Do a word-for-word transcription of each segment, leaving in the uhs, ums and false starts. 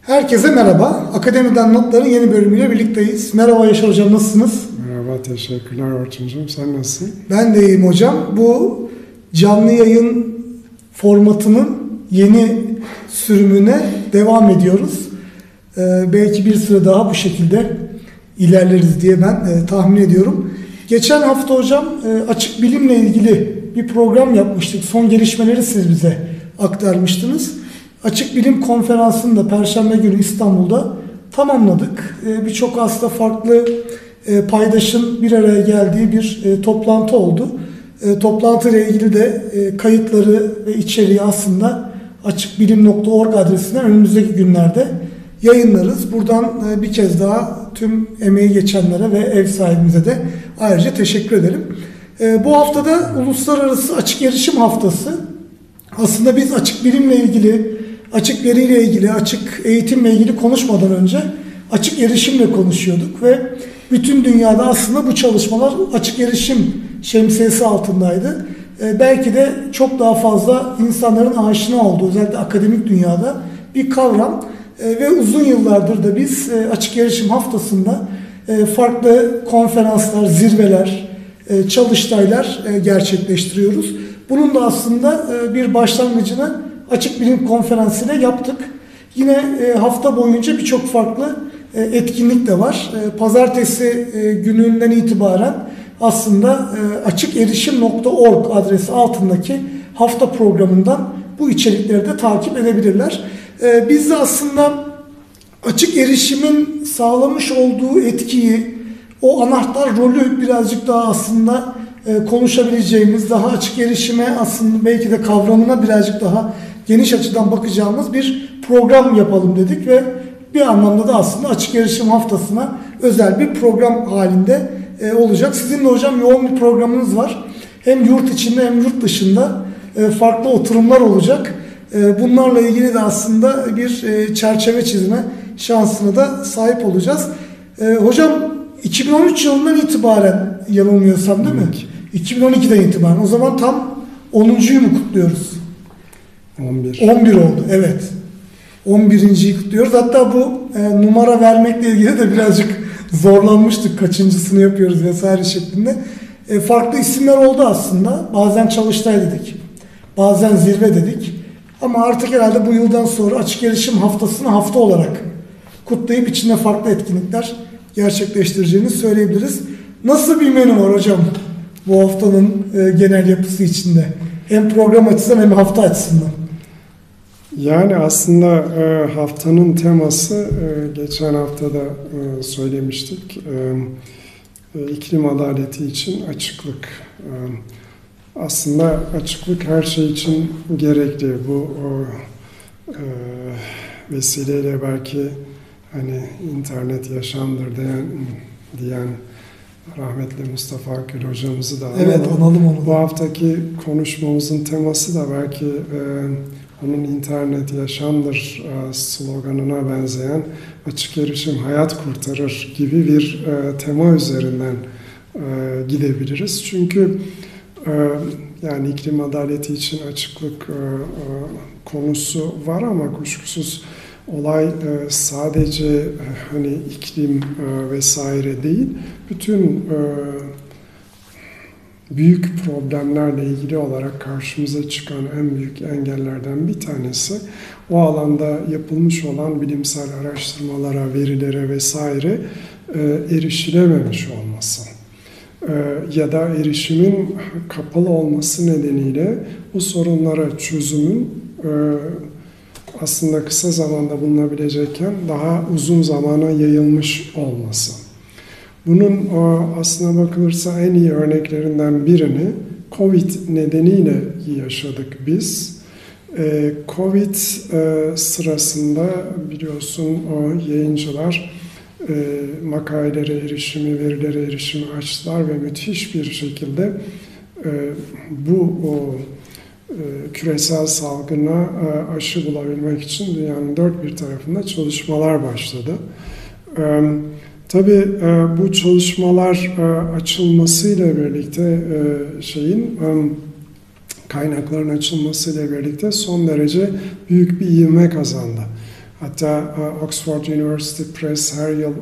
Herkese merhaba. Akademiden Notların yeni bölümüyle birlikteyiz. Merhaba Yaşar Hocam, nasılsınız? Merhaba, teşekkürler Orçuncuğum. Sen nasılsın? Ben de iyiyim hocam. Bu canlı yayın formatının yeni sürümüne devam ediyoruz. Ee, belki bir süre daha bu şekilde ilerleriz diye ben e, tahmin ediyorum. Geçen hafta hocam e, açık bilimle ilgili bir program yapmıştık. Son gelişmeleri siz bize aktarmıştınız. Açık Bilim Konferansı'nı da Perşembe günü İstanbul'da tamamladık. Ee, Birçok aslında farklı e, paydaşın bir araya geldiği bir e, toplantı oldu. E, toplantıyla ilgili de e, kayıtları ve içeriği aslında açıkbilim nokta org adresinden önümüzdeki günlerde yayınlarız. Buradan e, bir kez daha tüm emeği geçenlere ve ev sahibimize de ayrıca teşekkür ederim. E, bu haftada Uluslararası Açık Erişim Haftası. Aslında biz açık bilimle ilgili, açık veriyle ilgili, açık eğitimle ilgili konuşmadan önce açık erişimle konuşuyorduk ve bütün dünyada aslında bu çalışmalar açık erişim şemsiyesi altındaydı. Ee, belki de çok daha fazla insanların aşina olduğu, özellikle akademik dünyada bir kavram ee, ve uzun yıllardır da biz e, açık erişim haftasında e, farklı konferanslar, zirveler, e, çalıştaylar e, gerçekleştiriyoruz. Bunun da aslında e, bir başlangıcını Açık Bilim Konferansı ile yaptık. Yine e, hafta boyunca birçok farklı e, etkinlik de var. E, Pazartesi e, gününden itibaren aslında e, açık erişim nokta org adresi altındaki hafta programından bu içerikleri de takip edebilirler. E, biz de aslında açık erişimin sağlamış olduğu etkiyi, o anahtar rolü birazcık daha aslında e, konuşabileceğimiz, daha açık erişime aslında belki de kavramına birazcık daha geniş açıdan bakacağımız bir program yapalım dedik ve bir anlamda da aslında açık erişim haftasına özel bir program halinde e, olacak. Sizin de hocam yoğun bir programınız var. Hem yurt içinde hem yurt dışında e, farklı oturumlar olacak. E, bunlarla ilgili de aslında bir e, çerçeve çizme şansına da sahip olacağız. E, hocam iki bin on üç yılından itibaren yanılmıyorsam değil mi? iki bin on ikiden itibaren. O zaman tam onuncuyu mu kutluyoruz? on bir. on bir oldu, evet. on birinciyi kutluyoruz. Hatta bu e, numara vermekle ilgili de birazcık zorlanmıştık. Kaçıncısını yapıyoruz vesaire şeklinde. E, farklı isimler oldu aslında. Bazen çalıştay dedik. Bazen zirve dedik. Ama artık herhalde bu yıldan sonra açık erişim haftasını hafta olarak kutlayıp içinde farklı etkinlikler gerçekleştireceğini söyleyebiliriz. Nasıl bir menü var hocam bu haftanın e, genel yapısı içinde? Hem program açısından hem hafta açısından. Yani aslında e, haftanın teması e, geçen hafta da e, söylemiştik. E, e, iklim adaleti için açıklık. E, aslında açıklık her şey için gerekli. Bu o, e, vesileyle belki hani internet yaşamdır diyen, diyen rahmetli Mustafa Akgül hocamızı da evet, analım onu. Bu haftaki konuşmamızın teması da belki e, onun internet yaşamdır e, sloganına benzeyen açık erişim hayat kurtarır gibi bir e, tema üzerinden e, gidebiliriz. Çünkü e, yani iklim adaleti için açıklık e, e, konusu var ama kuşkusuz olay e, sadece e, hani iklim e, vesaire değil, bütün e, büyük problemlerle ilgili olarak karşımıza çıkan en büyük engellerden bir tanesi o alanda yapılmış olan bilimsel araştırmalara, verilere vesaire e, erişilememiş olması. E, ya da erişimin kapalı olması nedeniyle bu sorunlara çözümün e, aslında kısa zamanda bulunabilecekken daha uzun zamana yayılmış olması. Bunun aslına bakılırsa en iyi örneklerinden birini Covid nedeniyle yaşadık biz. Covid sırasında biliyorsun o yayıncılar makalelere erişimi, verilere erişimi açtılar ve müthiş bir şekilde bu o küresel salgına aşı bulabilmek için dünyanın dört bir tarafında çalışmalar başladı. Tabii bu çalışmalar açılmasıyla birlikte şeyin kaynakların açılmasıyla birlikte son derece büyük bir ivme kazandı. Hatta Oxford University Press her yıl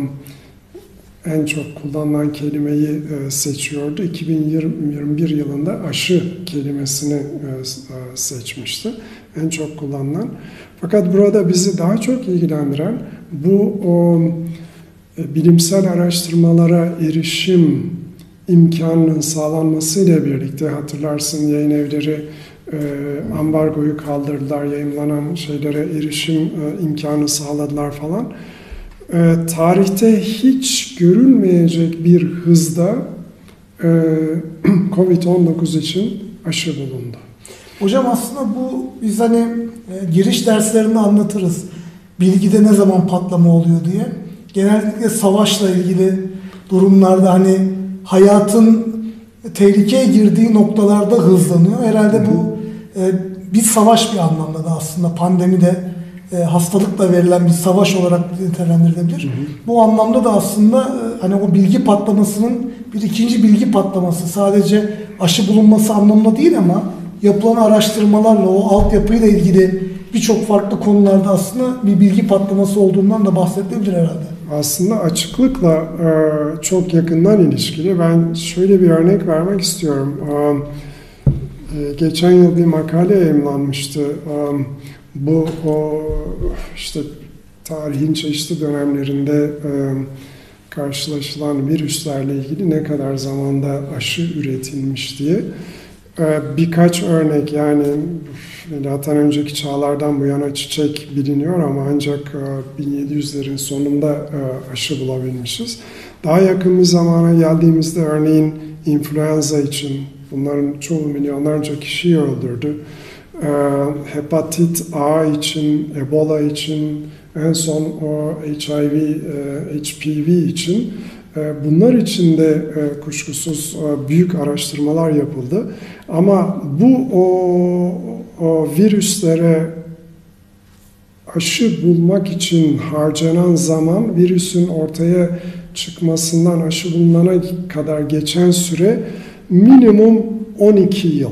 en çok kullanılan kelimeyi seçiyordu. iki bin yirmi bir yılında aşı kelimesini seçmişti. En çok kullanılan. Fakat burada bizi daha çok ilgilendiren bu o, bilimsel araştırmalara erişim imkanının sağlanmasıyla birlikte, hatırlarsın yayın evleri e, ambargoyu kaldırdılar, yayınlanan şeylere erişim e, imkanı sağladılar falan. E, tarihte hiç görülmeyecek bir hızda e, kovid on dokuz için aşı bulundu. Hocam aslında bu biz hani e, giriş derslerinde anlatırız. Bilgide ne zaman patlama oluyor diye. Genellikle savaşla ilgili durumlarda hani hayatın tehlikeye girdiği noktalarda hızlanıyor. Herhalde bu e, bir savaş bir anlamda da aslında pandemide e, hastalıkla verilen bir savaş olarak nitelendirilebilir. Hı hı. Bu anlamda da aslında e, hani o bilgi patlamasının bir ikinci bilgi patlaması, sadece aşı bulunması anlamında değil ama yapılan araştırmalarla o altyapıyla ilgili birçok farklı konularda aslında bir bilgi patlaması olduğundan da bahsedilebilir herhalde. Aslında açıklıkla e, çok yakından ilişkili. Ben şöyle bir örnek vermek istiyorum. E, geçen yıl bir makale yayımlanmıştı. E, bu o, işte tarihin çeşitli dönemlerinde e, karşılaşılan virüslerle ilgili ne kadar zamanda aşı üretilmiş diye. Birkaç örnek, yani milattan önceki çağlardan bu yana çiçek biliniyor ama ancak bin yedi yüzlerin sonunda aşı bulabilmişiz. Daha yakın bir zamana geldiğimizde örneğin influenza için bunların çoğu milyonlarca kişiyi öldürdü. Hepatit A için, Ebola için, en son o H I V, H P V için. Bunlar için de kuşkusuz büyük araştırmalar yapıldı. Ama bu o, o virüslere aşı bulmak için harcanan zaman, virüsün ortaya çıkmasından aşı bulunana kadar geçen süre minimum on iki yıl.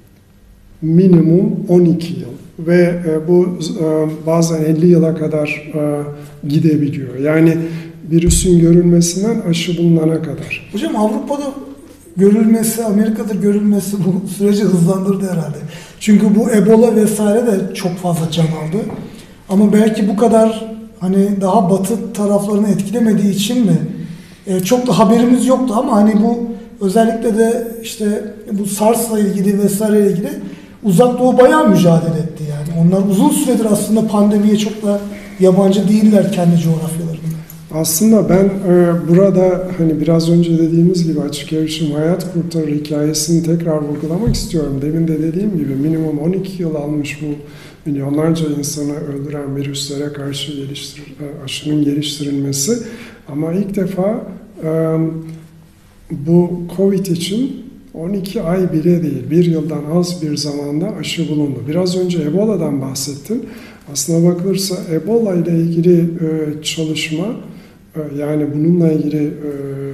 Minimum on iki yıl. Ve bu bazen elli yıla kadar gidebiliyor. Yani virüsün görülmesinden aşı bulunana kadar. Hocam Avrupa'da görülmesi, Amerika'da görülmesi bu süreci hızlandırdı herhalde. Çünkü bu Ebola vesaire de çok fazla can aldı. Ama belki bu kadar hani daha batı taraflarını etkilemediği için mi? E, çok da haberimiz yoktu ama hani bu özellikle de işte bu SARS'la ilgili vesaireyle ilgili Uzak Doğu bayağı mücadele etti yani. Onlar uzun süredir aslında pandemiye çok da yabancı değiller kendi coğrafyalarında. Aslında ben e, burada hani biraz önce dediğimiz gibi açık erişim hayat kurtarır hikayesini tekrar vurgulamak istiyorum. Demin de dediğim gibi minimum on iki yıl almış bu milyonlarca insanı öldüren virüslere karşı geliştir, aşının geliştirilmesi. Ama ilk defa e, bu Covid için on iki ay bile değil, bir yıldan az bir zamanda aşı bulundu. Biraz önce Ebola'dan bahsettim. Aslına bakılırsa Ebola ile ilgili e, çalışma, e, yani bununla ilgili e,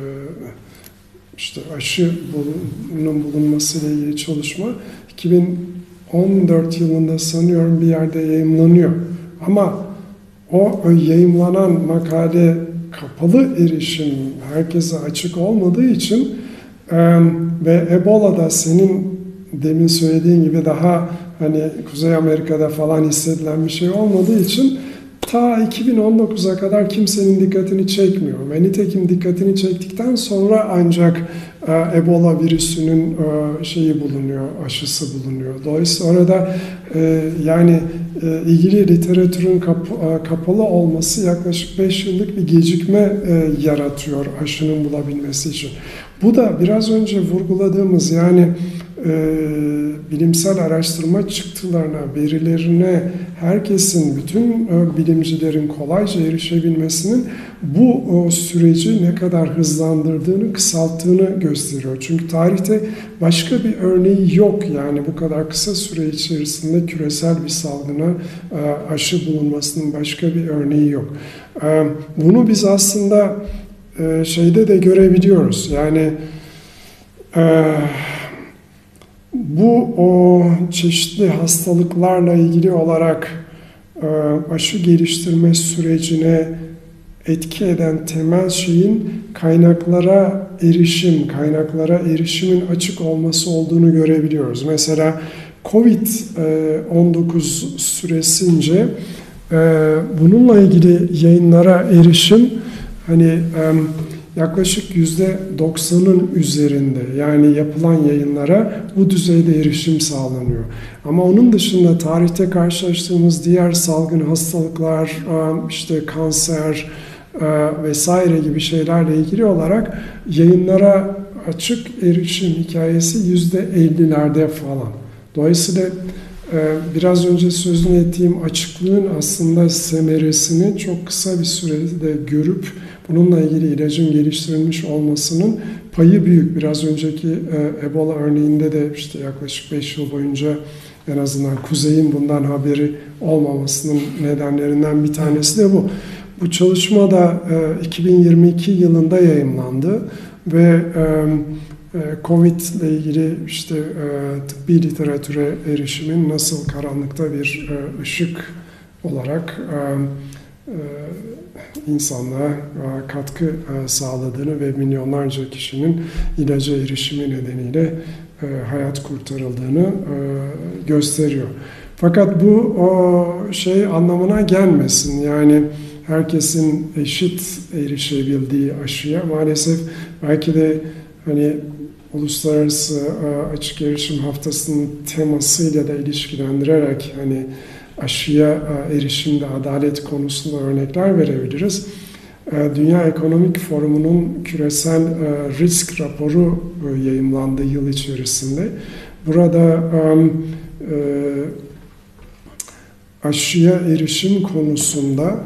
işte aşının bulunması ile ilgili çalışma iki bin on dört yılında sanıyorum bir yerde yayımlanıyor. Ama o yayımlanan makale kapalı erişim, herkese açık olmadığı için e, ve Ebola'da senin demin söylediğin gibi daha hani Kuzey Amerika'da falan hissedilen bir şey olmadığı için ta iki bin on dokuza kadar kimsenin dikkatini çekmiyor. Ve nitekim dikkatini çektikten sonra ancak e, Ebola virüsünün e, şeyi bulunuyor, aşısı bulunuyor. Dolayısıyla orada e, yani e, ilgili literatürün kap, e, kapalı olması yaklaşık beş yıllık bir gecikme e, yaratıyor aşının bulabilmesi için. Bu da biraz önce vurguladığımız yani e, bilimsel araştırma çıktılarına, verilerine herkesin, bütün e, bilimcilerin kolayca erişebilmesinin bu o, süreci ne kadar hızlandırdığını, kısalttığını gösteriyor. Çünkü tarihte başka bir örneği yok. Yani bu kadar kısa süre içerisinde küresel bir salgına e, aşı bulunmasının başka bir örneği yok. E, bunu biz aslında e, şeyde de görebiliyoruz. Yani e, bu o çeşitli hastalıklarla ilgili olarak aşı geliştirme sürecine etki eden temel şeyin kaynaklara erişim, kaynaklara erişimin açık olması olduğunu görebiliyoruz. Mesela kovid on dokuz süresince bununla ilgili yayınlara erişim hani yaklaşık yüzde doksanın üzerinde, yani yapılan yayınlara bu düzeyde erişim sağlanıyor. Ama onun dışında tarihte karşılaştığımız diğer salgın hastalıklar, işte kanser vesaire gibi şeylerle ilgili olarak yayınlara açık erişim hikayesi yüzde ellilerde falan. Dolayısıyla biraz önce sözünü ettiğim açıklığın aslında semeresini çok kısa bir sürede görüp bununla ilgili ilacın geliştirilmiş olmasının payı büyük. Biraz önceki Ebola örneğinde de işte yaklaşık beş yıl boyunca en azından Kuzey'in bundan haberi olmamasının nedenlerinden bir tanesi de bu. Bu çalışma da iki bin yirmi iki yılında yayımlandı ve Covid ile ilgili işte tıbbi literatüre erişimin nasıl karanlıkta bir ışık olarak insanlığa katkı sağladığını ve milyonlarca kişinin ilaca erişimi nedeniyle hayat kurtarıldığını gösteriyor. Fakat bu o şey anlamına gelmesin. Yani herkesin eşit erişebildiği aşıya maalesef belki de hani Uluslararası Açık Erişim Haftası'nın temasıyla da ilişkilendirerek hani aşıya erişimde adalet konusunda örnekler verebiliriz. Dünya Ekonomik Forumu'nun küresel risk raporu yayımlandı yıl içerisinde. Burada aşıya erişim konusunda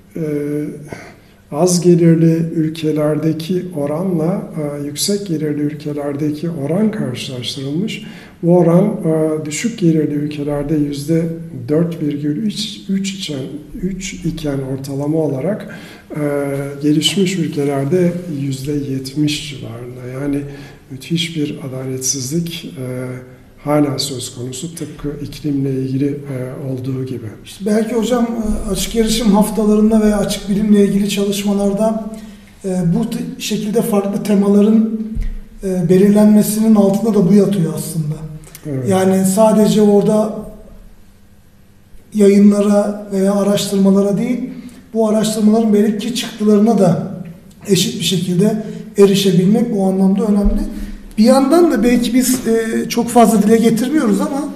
az gelirli ülkelerdeki oranla yüksek gelirli ülkelerdeki oran karşılaştırılmış. Bu oran düşük gelirli ülkelerde yüzde dört virgül üç iken ortalama olarak gelişmiş ülkelerde yüzde yetmiş civarında. Yani müthiş bir adaletsizlik hala söz konusu, tıpkı iklimle ilgili olduğu gibi. İşte belki hocam açık erişim haftalarında veya açık bilimle ilgili çalışmalarda bu şekilde farklı temaların belirlenmesinin altında da bu yatıyor aslında. Evet. Yani sadece orada yayınlara veya araştırmalara değil, bu araştırmaların belki çıktılarına da eşit bir şekilde erişebilmek bu anlamda önemli. Bir yandan da belki biz e, çok fazla dile getirmiyoruz ama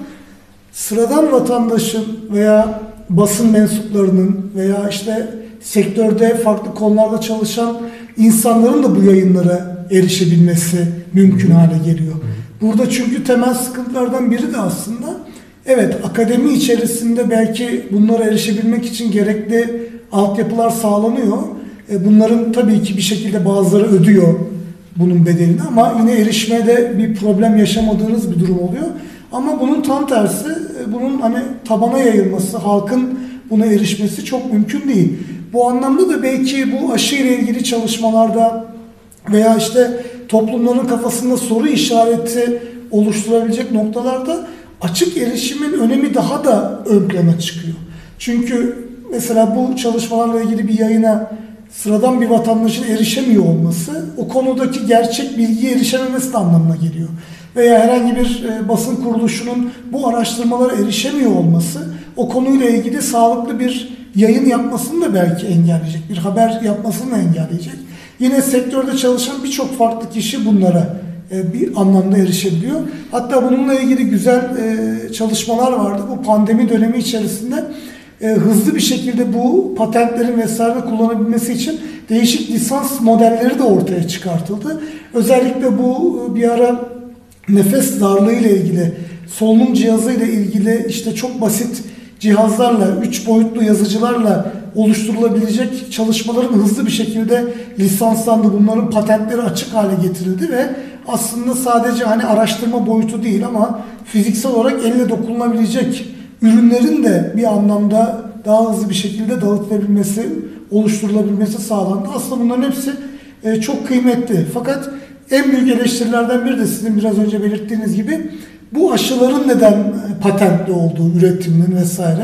sıradan vatandaşın veya basın mensuplarının veya işte sektörde farklı konularda çalışan insanların da bu yayınlara erişebilmesi mümkün hale geliyor. Burada çünkü temel sıkıntılardan biri de aslında evet akademi içerisinde belki bunlara erişebilmek için gerekli altyapılar sağlanıyor. E, bunların tabii ki bir şekilde bazıları ödüyor bunun bedelini ama yine erişmede bir problem yaşamadığınız bir durum oluyor. Ama bunun tam tersi, bunun hani tabana yayılması, halkın buna erişmesi çok mümkün değil. Bu anlamda da belki bu aşı ile ilgili çalışmalarda veya işte toplumların kafasında soru işareti oluşturabilecek noktalarda açık erişimin önemi daha da ön plana çıkıyor. Çünkü mesela bu çalışmalarla ilgili bir yayına sıradan bir vatandaşın erişemiyor olması o konudaki gerçek bilgiye erişememesi de anlamına geliyor. Veya herhangi bir e, basın kuruluşunun bu araştırmalara erişemiyor olması o konuyla ilgili sağlıklı bir yayın yapmasını da belki engelleyecek, bir haber yapmasını da engelleyecek. Yine sektörde çalışan birçok farklı kişi bunlara e, bir anlamda erişebiliyor. Hatta bununla ilgili güzel e, çalışmalar vardı. Bu pandemi dönemi içerisinde e, hızlı bir şekilde bu patentlerin vesaire kullanabilmesi için değişik lisans modelleri de ortaya çıkartıldı. Özellikle bu bir ara nefes darlığı ile ilgili, solunum cihazı ile ilgili işte çok basit cihazlarla, üç boyutlu yazıcılarla oluşturulabilecek çalışmaların hızlı bir şekilde lisanslandı. Bunların patentleri açık hale getirildi ve aslında sadece hani araştırma boyutu değil ama fiziksel olarak elle dokunulabilecek ürünlerin de bir anlamda daha hızlı bir şekilde dağıtılabilmesi, oluşturulabilmesi sağlandı. Aslında bunların hepsi çok kıymetli. Fakat en büyük eleştirilerden biri de sizin biraz önce belirttiğiniz gibi bu aşıların neden patentli olduğu, üretiminin vesaire.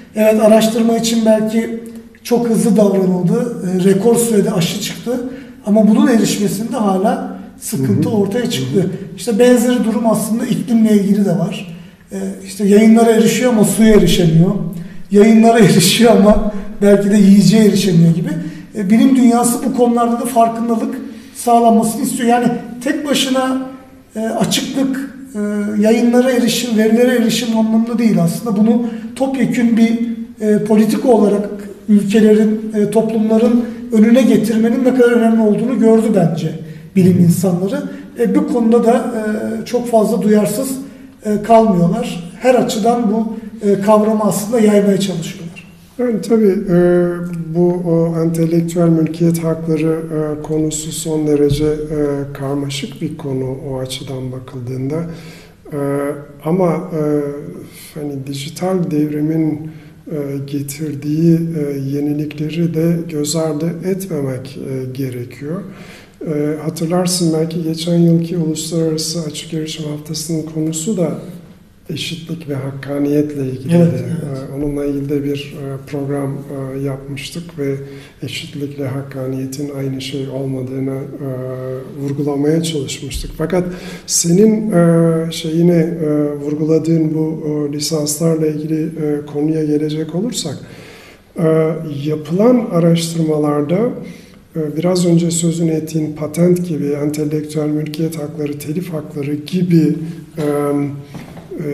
Evet, araştırma için belki çok hızlı davranıldı, e, rekor sürede aşı çıktı ama bunun erişmesinde hala sıkıntı ortaya çıktı. İşte benzeri durum aslında iklimle ilgili de var. E, işte yayınlara erişiyor ama suya erişemiyor. Yayınlara erişiyor ama belki de yiyeceğe erişemiyor gibi. E, bilim dünyası bu konularda da farkındalık sağlanmasını istiyor. Yani tek başına e, açıklık, e, yayınlara erişim, verilere erişim anlamında değil aslında. Bunu topyekün bir e, politika olarak ülkelerin, e, toplumların önüne getirmenin ne kadar önemli olduğunu gördü bence bilim insanları. E, bu konuda da e, çok fazla duyarsız e, kalmıyorlar. Her açıdan bu e, kavramı aslında yaymaya çalışıyorlar. Yani tabii e, bu o entelektüel mülkiyet hakları e, konusu son derece e, karmaşık bir konu o açıdan bakıldığında. E, ama e, hani dijital devrimin e, getirdiği e, yenilikleri de göz ardı etmemek e, gerekiyor. E, hatırlarsın belki geçen yılki Uluslararası Açık Erişim Haftası'nın konusu da eşitlik ve hakkaniyetle ilgili. Evet, de. evet. Onunla ilgili de bir program yapmıştık ve eşitlikle hakkaniyetin aynı şey olmadığını vurgulamaya çalışmıştık. Fakat senin şeyini vurguladığın bu lisanslarla ilgili konuya gelecek olursak, yapılan araştırmalarda biraz önce sözünü ettiğin patent gibi, entelektüel mülkiyet hakları, telif hakları gibi E,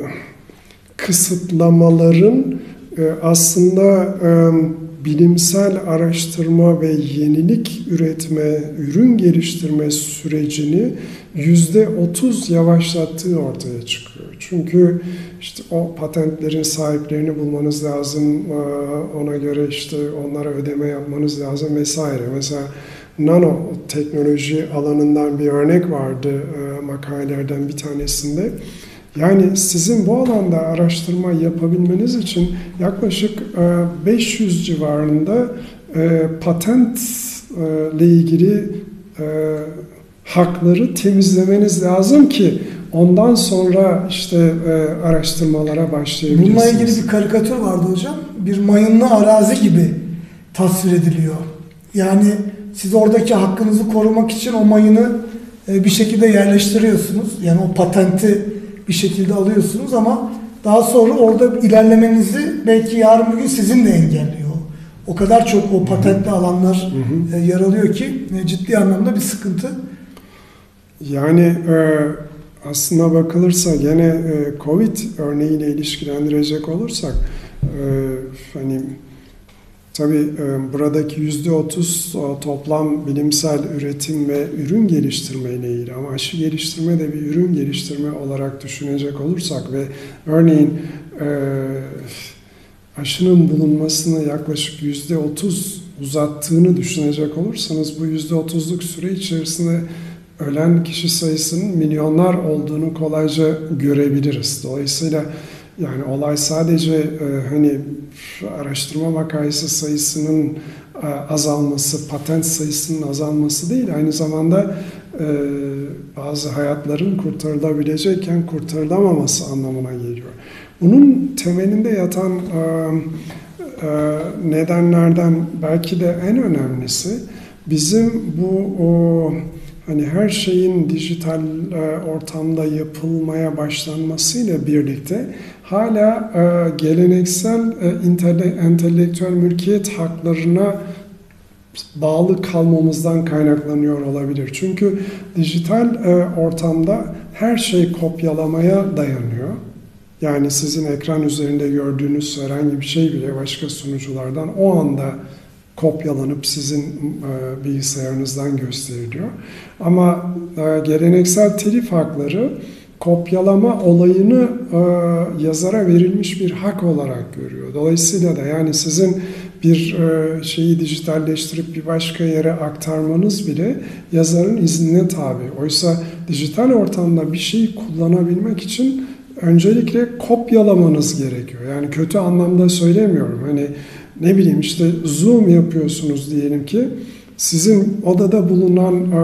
kısıtlamaların e, aslında e, bilimsel araştırma ve yenilik üretme, ürün geliştirme sürecini yüzde otuz yavaşlattığı ortaya çıkıyor. Çünkü işte o patentlerin sahiplerini bulmanız lazım, e, ona göre işte onlara ödeme yapmanız lazım vesaire. Mesela nano teknoloji alanından bir örnek vardı e, makalelerden bir tanesinde. Yani sizin bu alanda araştırma yapabilmeniz için yaklaşık beş yüz civarında patentle ilgili hakları temizlemeniz lazım ki ondan sonra işte araştırmalara başlayabilirsiniz. Bununla ilgili bir karikatür vardı hocam. Bir mayınlı arazi gibi tasvir ediliyor. Yani siz oradaki hakkınızı korumak için o mayını bir şekilde yerleştiriyorsunuz. Yani o patenti bir şekilde alıyorsunuz ama daha sonra orada ilerlemenizi belki yarın bir gün sizin de engelliyor. O kadar çok o patentli alanlar hı hı. yer alıyor ki ciddi anlamda bir sıkıntı. Yani e, aslına bakılırsa gene e, Covid örneğiyle ilişkilendirecek olursak e, hani tabii e, buradaki yüzde otuz toplam bilimsel üretim ve ürün geliştirme ile ilgili ama aşı geliştirme de bir ürün geliştirme olarak düşünecek olursak ve örneğin e, aşının bulunmasını yaklaşık yüzde otuz uzattığını düşünecek olursanız bu yüzde otuzluk süre içerisinde ölen kişi sayısının milyonlar olduğunu kolayca görebiliriz. Dolayısıyla yani olay sadece e, hani araştırma makalesi sayısının e, azalması, patent sayısının azalması değil, aynı zamanda e, bazı hayatların kurtarılabilecekken kurtarılamaması anlamına geliyor. Bunun temelinde yatan e, e, nedenlerden belki de en önemlisi bizim bu o, hani her şeyin dijital e, ortamda yapılmaya başlanmasıyla birlikte hala e, geleneksel e, intele, entelektüel mülkiyet haklarına bağlı kalmamızdan kaynaklanıyor olabilir. Çünkü dijital e, ortamda her şey kopyalamaya dayanıyor. Yani sizin ekran üzerinde gördüğünüz herhangi bir şey bile başka sunuculardan o anda kopyalanıp sizin e, bilgisayarınızdan gösteriliyor. Ama e, geleneksel telif hakları kopyalama olayını e, yazara verilmiş bir hak olarak görüyor. Dolayısıyla da yani sizin bir e, şeyi dijitalleştirip bir başka yere aktarmanız bile yazarın iznine tabi. Oysa dijital ortamda bir şeyi kullanabilmek için öncelikle kopyalamanız gerekiyor. Yani kötü anlamda söylemiyorum. Hani ne bileyim işte Zoom yapıyorsunuz diyelim ki sizin odada bulunan e,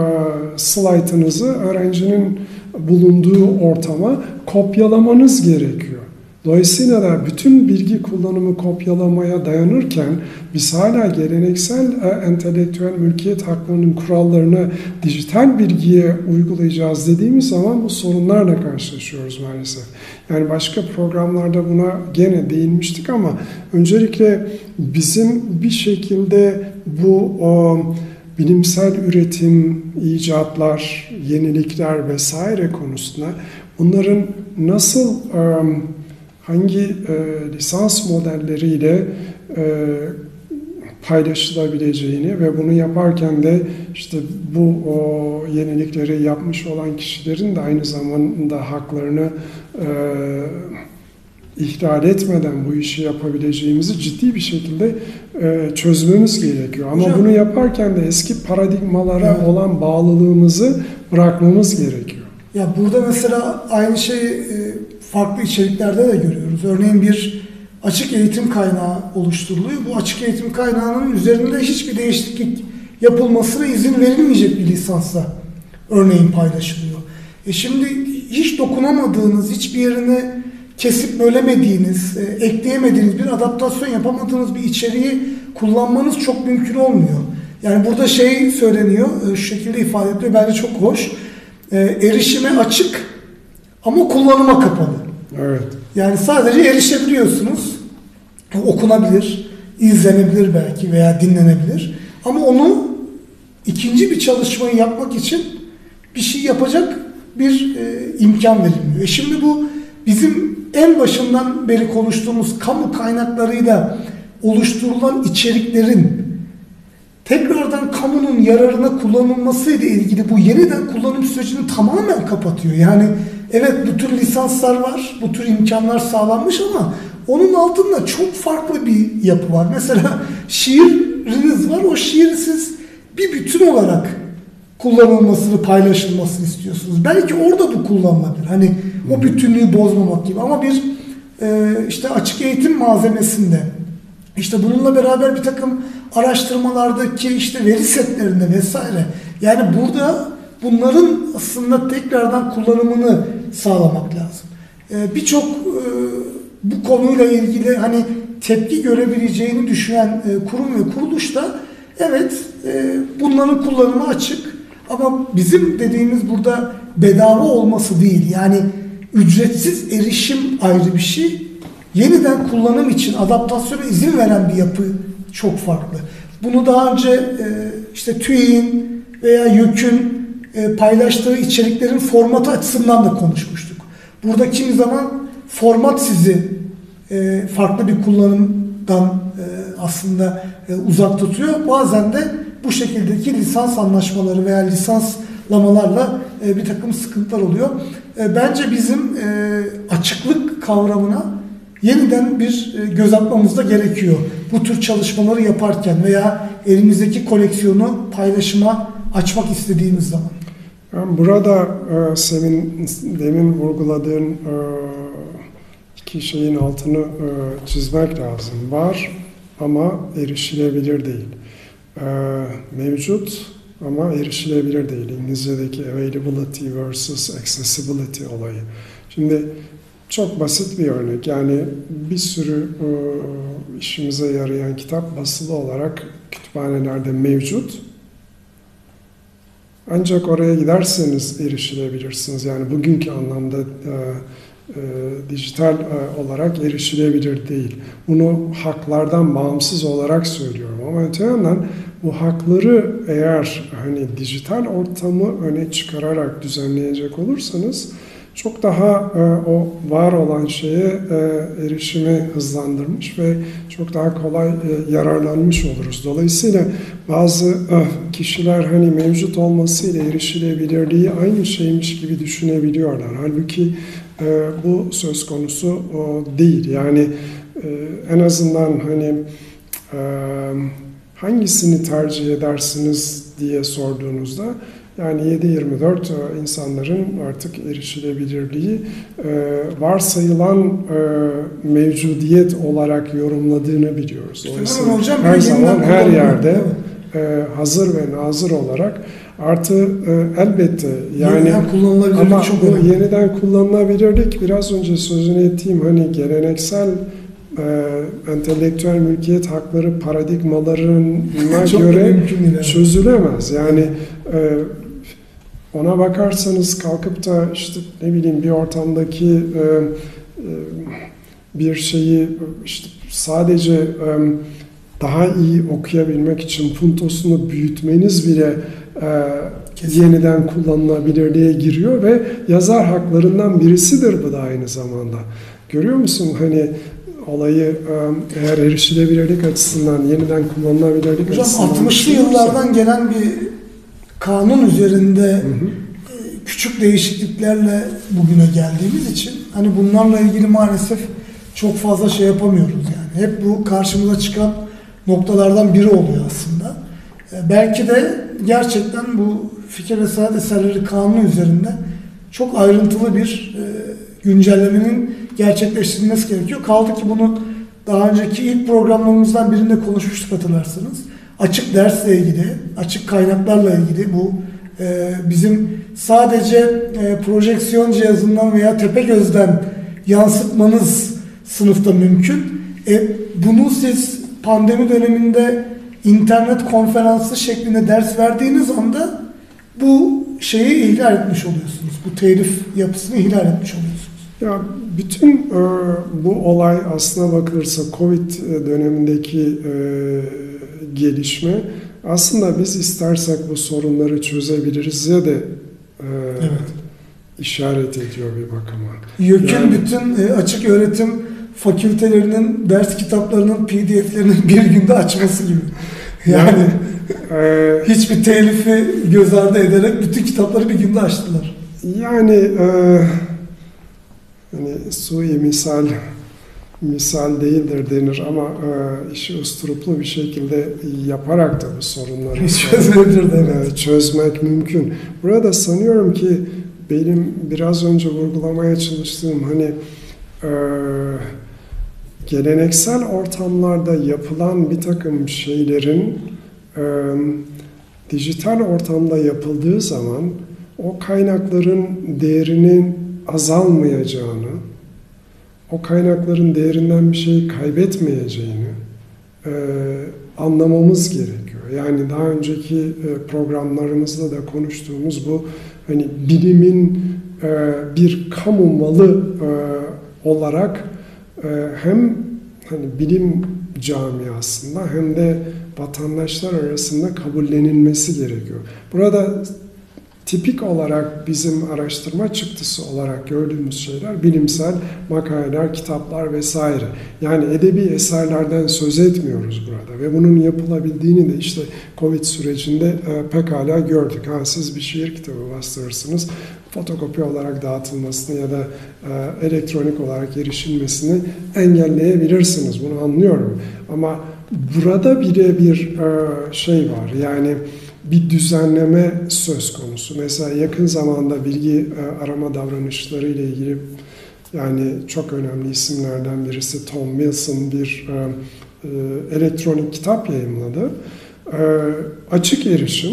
slaytınızı öğrencinin bulunduğu ortama kopyalamanız gerekiyor. Dolayısıyla da bütün bilgi kullanımı kopyalamaya dayanırken biz hala geleneksel e, entelektüel mülkiyet haklarının kurallarını dijital bilgiye uygulayacağız dediğimiz zaman bu sorunlarla karşılaşıyoruz maalesef. Yani başka programlarda buna gene değinmiştik ama öncelikle bizim bir şekilde bu o, bilimsel üretim, icatlar, yenilikler vesaire konusunda bunların nasıl hangi lisans modelleriyle paylaşılabileceğini ve bunu yaparken de işte bu o yenilikleri yapmış olan kişilerin de aynı zamanda haklarını e, ihlal etmeden bu işi yapabileceğimizi ciddi bir şekilde e, çözmemiz gerekiyor. Ama Hocam, bunu yaparken de eski paradigmalara evet. olan bağlılığımızı bırakmamız gerekiyor. Ya burada mesela aynı şeyi farklı içeriklerde de görüyoruz. Örneğin bir açık eğitim kaynağı oluşturuluyor. Bu açık eğitim kaynağının üzerinde hiçbir değişiklik yapılmasına izin verilmeyecek bir lisansla örneğin paylaşılıyor. E şimdi hiç dokunamadığınız, hiçbir yerine kesip bölemediğiniz, e, ekleyemediğiniz, bir adaptasyon yapamadığınız bir içeriği kullanmanız çok mümkün olmuyor. Yani burada şey söyleniyor, e, şu şekilde ifade ediliyor, bence çok hoş. E, erişime açık ama kullanıma kapalı. Evet. Yani sadece erişebiliyorsunuz, okunabilir, izlenebilir belki veya dinlenebilir. Ama onu ikinci bir çalışmayı yapmak için bir şey yapacak bir e, imkan verilmiyor. E şimdi bu bizim en başından beri konuştuğumuz kamu kaynaklarıyla oluşturulan içeriklerin tekrardan kamunun yararına kullanılmasıyla ilgili bu yeniden kullanım sürecini tamamen kapatıyor. Yani evet bu tür lisanslar var, bu tür imkanlar sağlanmış ama onun altında çok farklı bir yapı var. Mesela şiiriniz var, o şiiri siz bir bütün olarak kullanılmasını, paylaşılmasını istiyorsunuz. Belki orada bu kullanılabilir. Hani o bütünlüğü bozmamak gibi ama bir e, işte açık eğitim malzemesinde işte bununla beraber bir takım araştırmalardaki işte veri setlerinde vesaire. Yani burada bunların aslında tekrardan kullanımını sağlamak lazım. Ee, Birçok e, bu konuyla ilgili hani tepki görebileceğini düşünen e, kurum ve kuruluş da evet e, bunların kullanımı açık ama bizim dediğimiz burada bedava olması değil. Yani ücretsiz erişim ayrı bir şey. Yeniden kullanım için adaptasyona izin veren bir yapı çok farklı. Bunu daha önce e, işte TÜİK'in veya YÖK'ün e, paylaştığı içeriklerin formatı açısından da konuşmuştuk. Burada kimi zaman format sizi e, farklı bir kullanımdan e, aslında e, uzak tutuyor. Bazen de bu şekildeki lisans anlaşmaları veya lisanslamalarla e, bir takım sıkıntılar oluyor. E, bence bizim e, açıklık kavramına yeniden bir göz atmamız da gerekiyor. Bu tür çalışmaları yaparken veya elimizdeki koleksiyonu paylaşıma açmak istediğimiz zaman. Yani burada senin demin vurguladığın iki şeyin altını çizmek lazım. Var ama erişilebilir değil. Mevcut ama erişilebilir değil. İngilizce'deki availability versus accessibility olayı. Şimdi çok basit bir örnek. Yani bir sürü e, işimize yarayan kitap basılı olarak kütüphanelerde mevcut. Ancak oraya giderseniz erişilebilirsiniz. Yani bugünkü anlamda e, e, dijital e, olarak erişilebilir değil. Bunu haklardan bağımsız olarak söylüyorum. Ama öte yandan bu hakları eğer hani dijital ortamı öne çıkararak düzenleyecek olursanız çok daha e, o var olan şeye e, erişimi hızlandırmış ve çok daha kolay e, yararlanmış oluruz. Dolayısıyla bazı e, kişiler hani mevcut olmasıyla erişilebilirliği aynı şeymiş gibi düşünebiliyorlar. Halbuki e, bu söz konusu o değil. Yani e, en azından hani e, hangisini tercih edersiniz diye sorduğunuzda yani yedi yirmi dört insanların artık erişilebilirliği varsayılan mevcudiyet olarak yorumladığını biliyoruz. İşte hocam, her zaman her yerde hazır ve nazır olarak Artı e, elbette yani yeniden kullanılabilirlik ama çok bu önemli. yeniden kullanılabilirlik biraz önce sözünü ettiğim hani geleneksel e, entelektüel mülkiyet hakları paradigmalarına göre çözülemez. Yani e, ona bakarsanız kalkıp da işte ne bileyim bir ortamdaki e, e, bir şeyi işte sadece e, daha iyi okuyabilmek için puntosunu büyütmeniz bile e, yeniden kullanılabilirliğe giriyor ve yazar haklarından birisidir bu da aynı zamanda. Görüyor musun hani olayı e, eğer erişilebilirlik açısından yeniden kullanılabilirlik Hocam, açısından altmışlı yıllardan gelen bir kanun üzerinde hı hı. küçük değişikliklerle bugüne geldiğimiz için hani bunlarla ilgili maalesef çok fazla şey yapamıyoruz yani. Hep bu karşımıza çıkan noktalardan biri oluyor aslında. Belki de gerçekten bu fikir ve sanat eserleri kanunu üzerinde çok ayrıntılı bir güncellemenin gerçekleştirilmesi gerekiyor. Kaldı ki bunu daha önceki ilk programlarımızdan birinde konuşmuştuk hatırlarsanız. Açık dersle ilgili, açık kaynaklarla ilgili bu e, bizim sadece e, projeksiyon cihazından veya Tepegöz'den yansıtmanız sınıfta mümkün. E, bunu siz pandemi döneminde internet konferansı şeklinde ders verdiğiniz anda bu şeyi ihlal etmiş oluyorsunuz. Bu telif yapısını ihlal etmiş oluyorsunuz. Ya bütün e, bu olay aslına bakılırsa Covid dönemindeki e, gelişme aslında biz istersek bu sorunları çözebiliriz ya da e, evet. işaret ediyor bir bakıma. YÖK'ün yani, bütün e, açık öğretim fakültelerinin ders kitaplarının P D F'lerini bir günde açması gibi. Yani, yani e, hiçbir telifi göz ardı ederek bütün kitapları bir günde açtılar. Yani e, hani sui misal misal değildir denir ama e, işi usturuplu bir şekilde yaparak da bu sorunları çözülebilir de, evet. çözmek mümkün. Burada sanıyorum ki benim biraz önce vurgulamaya çalıştığım hani e, geleneksel ortamlarda yapılan bir takım şeylerin e, dijital ortamda yapıldığı zaman o kaynakların değerinin azalmayacağını, o kaynakların değerinden bir şey kaybetmeyeceğini e, anlamamız gerekiyor. Yani daha önceki e, programlarımızda da konuştuğumuz bu hani bilimin e, bir kamu malı e, olarak e, hem hani bilim camiasında hem de vatandaşlar arasında kabullenilmesi gerekiyor. Burada tipik olarak bizim araştırma çıktısı olarak gördüğümüz şeyler bilimsel makaleler, kitaplar vesaire. Yani edebi eserlerden söz etmiyoruz burada ve bunun yapılabildiğini de işte Covid sürecinde e, pekala gördük. Ha, siz bir şiir kitabı bastırırsınız, fotokopi olarak dağıtılmasını ya da e, elektronik olarak erişilmesini engelleyebilirsiniz. Bunu anlıyorum. Ama burada bile bir e, şey var. Yani bir düzenleme söz konusu. Mesela yakın zamanda bilgi e, arama davranışları ile ilgili yani çok önemli isimlerden birisi Tom Wilson bir e, e, elektronik kitap yayımladı. E, açık erişim,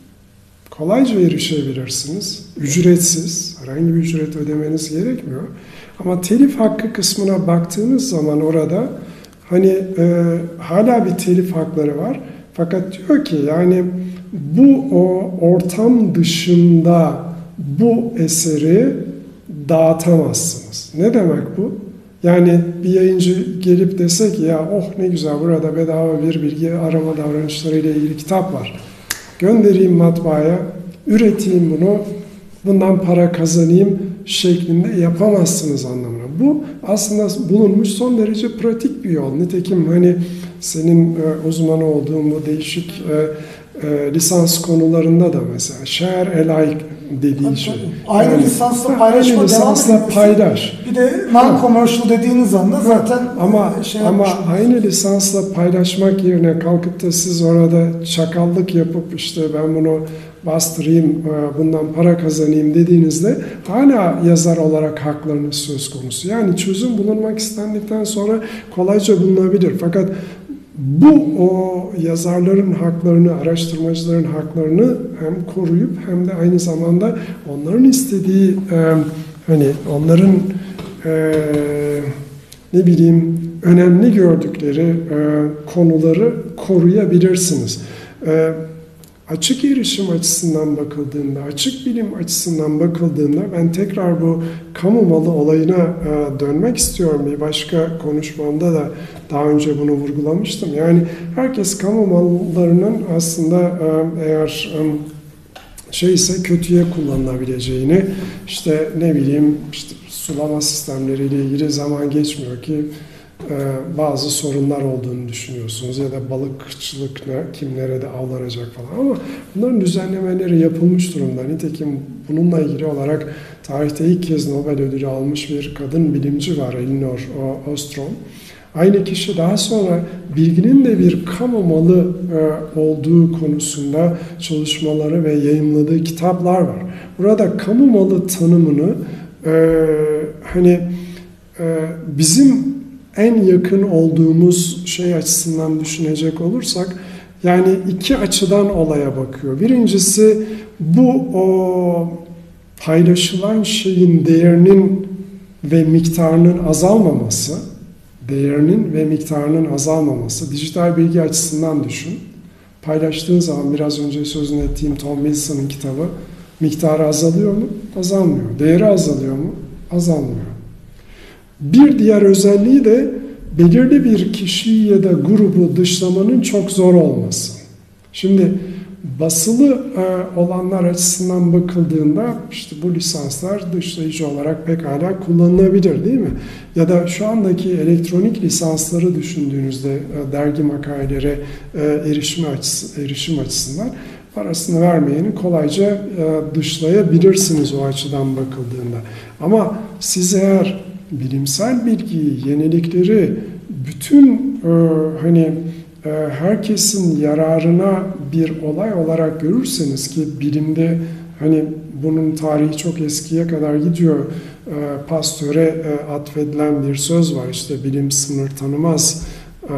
kolayca erişebilirsiniz, ücretsiz, herhangi bir ücret ödemeniz gerekmiyor. Ama telif hakkı kısmına baktığınız zaman orada hani e, hala bir telif hakları var. Fakat diyor ki yani bu o ortam dışında bu eseri dağıtamazsınız. Ne demek bu? Yani bir yayıncı gelip dese ki ya oh ne güzel burada bedava bir bilgi arama davranışları ile ilgili kitap var. Göndereyim matbaaya, üreteyim bunu, bundan para kazanayım şeklinde yapamazsınız anlamına. Bu aslında bulunmuş son derece pratik bir yol. Nitekim hani senin e, uzmanı olduğun bu değişik e, e, lisans konularında da mesela share alike dediğin tabii, şey. Aynı yani, lisansla paylaşma aynı lisansla paylaş. Bir de non-commercial dediğiniz anda zaten ama şey ama aynı lisansla paylaşmak yerine kalkıp da siz orada çakallık yapıp işte ben bunu bastırayım, bundan para kazanayım dediğinizde hala yazar olarak haklarınız söz konusu. Yani çözüm bulunmak istendikten sonra kolayca bulunabilir. Fakat bu o yazarların haklarını, araştırmacıların haklarını hem koruyup hem de aynı zamanda onların istediği e, hani onların e, ne bileyim önemli gördükleri e, konuları koruyabilirsiniz. E, açık erişim açısından bakıldığında, açık bilim açısından bakıldığında ben tekrar bu kamu malı olayına e, dönmek istiyorum. Bir başka konuşmamda da daha önce bunu vurgulamıştım. Yani herkes kamu mallarının aslında e, eğer e, şeyse kötüye kullanılabileceğini, işte ne bileyim işte sulama sistemleriyle ilgili zaman geçmiyor ki bazı sorunlar olduğunu düşünüyorsunuz ya da balıkçılık ne, kim nerede avlanacak falan, ama bunların düzenlemeleri yapılmış durumda. Nitekim bununla ilgili olarak tarihte ilk kez Nobel ödülü almış bir kadın bilimci var, Elinor Ostrom. Aynı kişi daha sonra bilginin de bir kamu malı e, olduğu konusunda çalışmaları ve yayımladığı kitaplar var. Burada kamu malı tanımını e, hani e, bizim en yakın olduğumuz şey açısından düşünecek olursak, yani iki açıdan olaya bakıyor. Birincisi bu o paylaşılan şeyin değerinin ve miktarının azalmaması, değerinin ve miktarının azalmaması. Dijital bilgi açısından düşün. Paylaştığın zaman biraz önce sözünü ettiğim Tom Wilson'ın kitabı, miktarı azalıyor mu? Azalmıyor. Değeri azalıyor mu? Azalmıyor. Bir diğer özelliği de belirli bir kişiyi ya da grubu dışlamanın çok zor olması. Şimdi basılı olanlar açısından bakıldığında işte bu lisanslar dışlayıcı olarak pekala kullanılabilir, değil mi? Ya da şu andaki elektronik lisansları düşündüğünüzde dergi makalelere erişim, açısı, erişim açısından parasını vermeyeni kolayca dışlayabilirsiniz o açıdan bakıldığında. Ama siz eğer bilimsel bilgiyi, yenilikleri bütün e, hani e, herkesin yararına bir olay olarak görürseniz, ki bilimde hani bunun tarihi çok eskiye kadar gidiyor. E, Pasteur'e e, atfedilen bir söz var, işte bilim sınır tanımaz. E,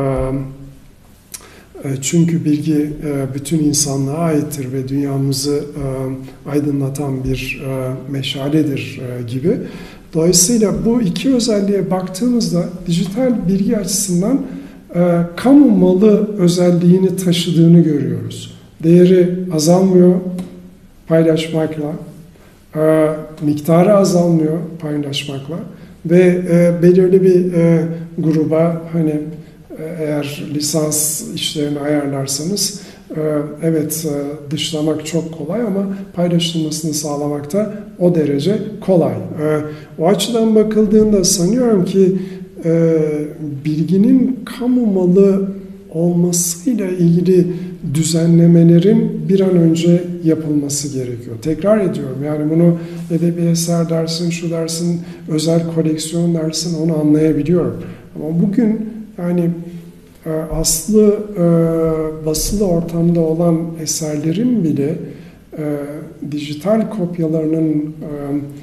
e, çünkü bilgi e, bütün insanlığa aittir ve dünyamızı e, aydınlatan bir e, meşaledir e, gibi. Dolayısıyla bu iki özelliğe baktığımızda dijital bilgi açısından e, kamu malı özelliğini taşıdığını görüyoruz. Değeri azalmıyor paylaşmakla, e, miktarı azalmıyor paylaşmakla ve e, belirli bir e, gruba hani e, eğer lisans işlerini ayarlarsanız e, evet e, dışlamak çok kolay ama paylaşılmasını sağlamak da o derece kolay. E, o açıdan bakıldığında sanıyorum ki e, bilginin kamu malı olmasıyla ilgili düzenlemelerin bir an önce yapılması gerekiyor. Tekrar ediyorum, yani bunu edebi eser dersin, şu dersin, özel koleksiyon dersin, onu anlayabiliyorum. Ama bugün yani e, aslı e, basılı ortamda olan eserlerin bile e, dijital kopyalarının e,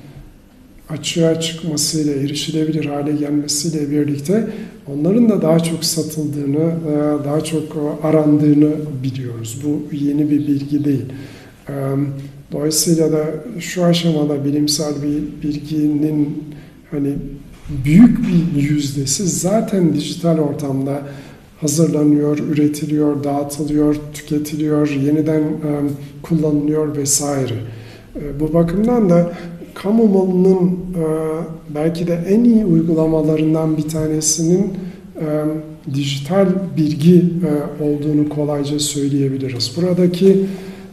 açığa çıkmasıyla, erişilebilir hale gelmesiyle birlikte onların da daha çok satıldığını, daha çok arandığını biliyoruz. Bu yeni bir bilgi değil. Dolayısıyla da şu aşamada bilimsel bir bilginin hani büyük bir yüzdesi zaten dijital ortamda hazırlanıyor, üretiliyor, dağıtılıyor, tüketiliyor, yeniden kullanılıyor vesaire. Bu bakımdan da kamu malının belki de en iyi uygulamalarından bir tanesinin dijital bilgi olduğunu kolayca söyleyebiliriz. Buradaki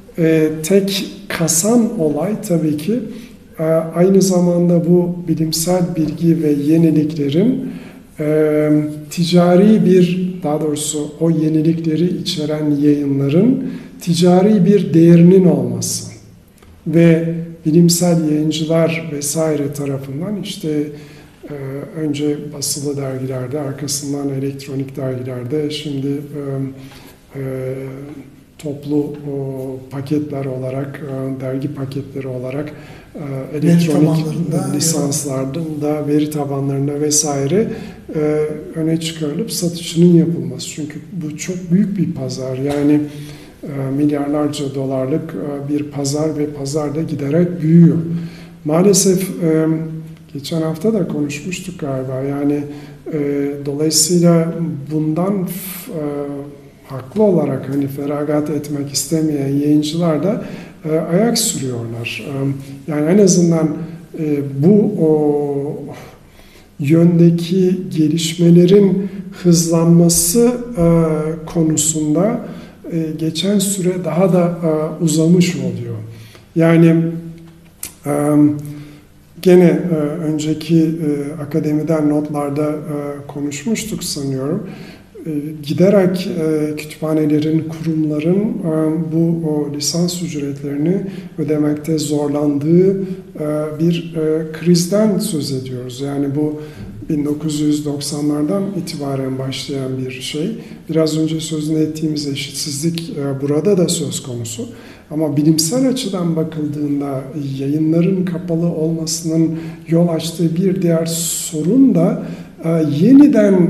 tek kasan olay tabii ki aynı zamanda bu bilimsel bilgi ve yeniliklerin ticari bir, daha doğrusu o yenilikleri içeren yayınların ticari bir değerinin olması ve bilimsel yayıncılar vesaire tarafından işte e, önce basılı dergilerde, arkasından elektronik dergilerde, şimdi e, e, toplu o, paketler olarak, e, dergi paketleri olarak, e, elektronik lisanslarında, veri tabanlarında vesaire e, öne çıkarılıp satışının yapılması. Çünkü bu çok büyük bir pazar. Yani e, milyarlarca dolarlık e, bir pazar ve pazar da giderek büyüyor. Maalesef e, geçen hafta da konuşmuştuk galiba. Yani e, dolayısıyla bundan e, haklı olarak hani feragat etmek istemeyen yayıncılar da e, ayak sürüyorlar. E, yani en azından e, bu o yöndeki gelişmelerin hızlanması e, konusunda e, geçen süre daha da e, uzamış oluyor. Yani e, gene e, önceki e, akademiden notlarda e, konuşmuştuk sanıyorum. Giderek e, kütüphanelerin, kurumların e, bu o lisans ücretlerini ödemekte zorlandığı e, bir e, krizden söz ediyoruz. Yani bu bin dokuz yüz doksanlardan itibaren başlayan bir şey. Biraz önce sözünü ettiğimiz eşitsizlik e, burada da söz konusu. Ama bilimsel açıdan bakıldığında yayınların kapalı olmasının yol açtığı bir diğer sorun da e, yeniden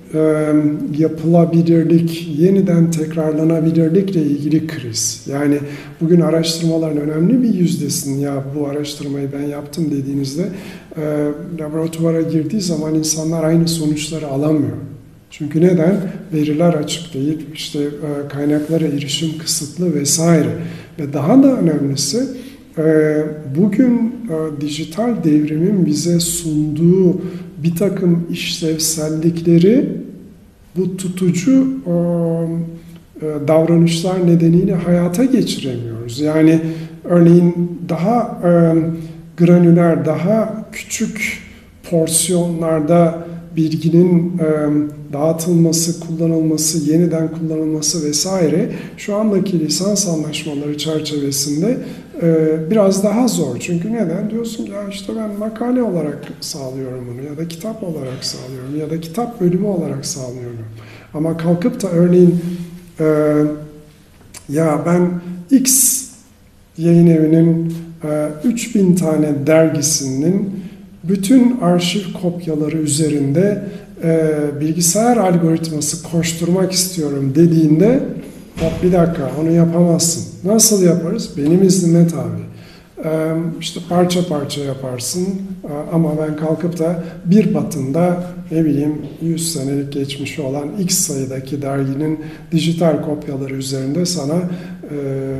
yapılabilirlik, yeniden tekrarlanabilirlikle ilgili kriz. Yani bugün araştırmaların önemli bir yüzdesini ya bu araştırmayı ben yaptım dediğinizde e, laboratuvara girdiği zaman insanlar aynı sonuçları alamıyor. Çünkü neden? Veriler açık değil, işte e, kaynaklara erişim kısıtlı vesaire. Ve daha da önemlisi e, bugün e, dijital devrimin bize sunduğu bir takım işlevsellikleri bu tutucu e, davranışlar nedeniyle hayata geçiremiyoruz. Yani örneğin daha e, granüler, daha küçük porsiyonlarda bilginin e, dağıtılması, kullanılması, yeniden kullanılması vesaire şu andaki lisans anlaşmaları çerçevesinde e, biraz daha zor. Çünkü neden? Diyorsun ya işte ben makale olarak sağlıyorum bunu ya da kitap olarak sağlıyorum ya da kitap bölümü olarak sağlıyorum. Ama kalkıp da örneğin e, ya ben X yayın evinin e, üç bin tane dergisinin bütün arşiv kopyaları üzerinde e, bilgisayar algoritması koşturmak istiyorum dediğinde hop bir dakika onu yapamazsın. Nasıl yaparız? Benim iznime tabi. E, işte parça parça yaparsın e, ama ben kalkıp da bir batında ne bileyim yüz senelik geçmişi olan X sayıdaki derginin dijital kopyaları üzerinde sana e,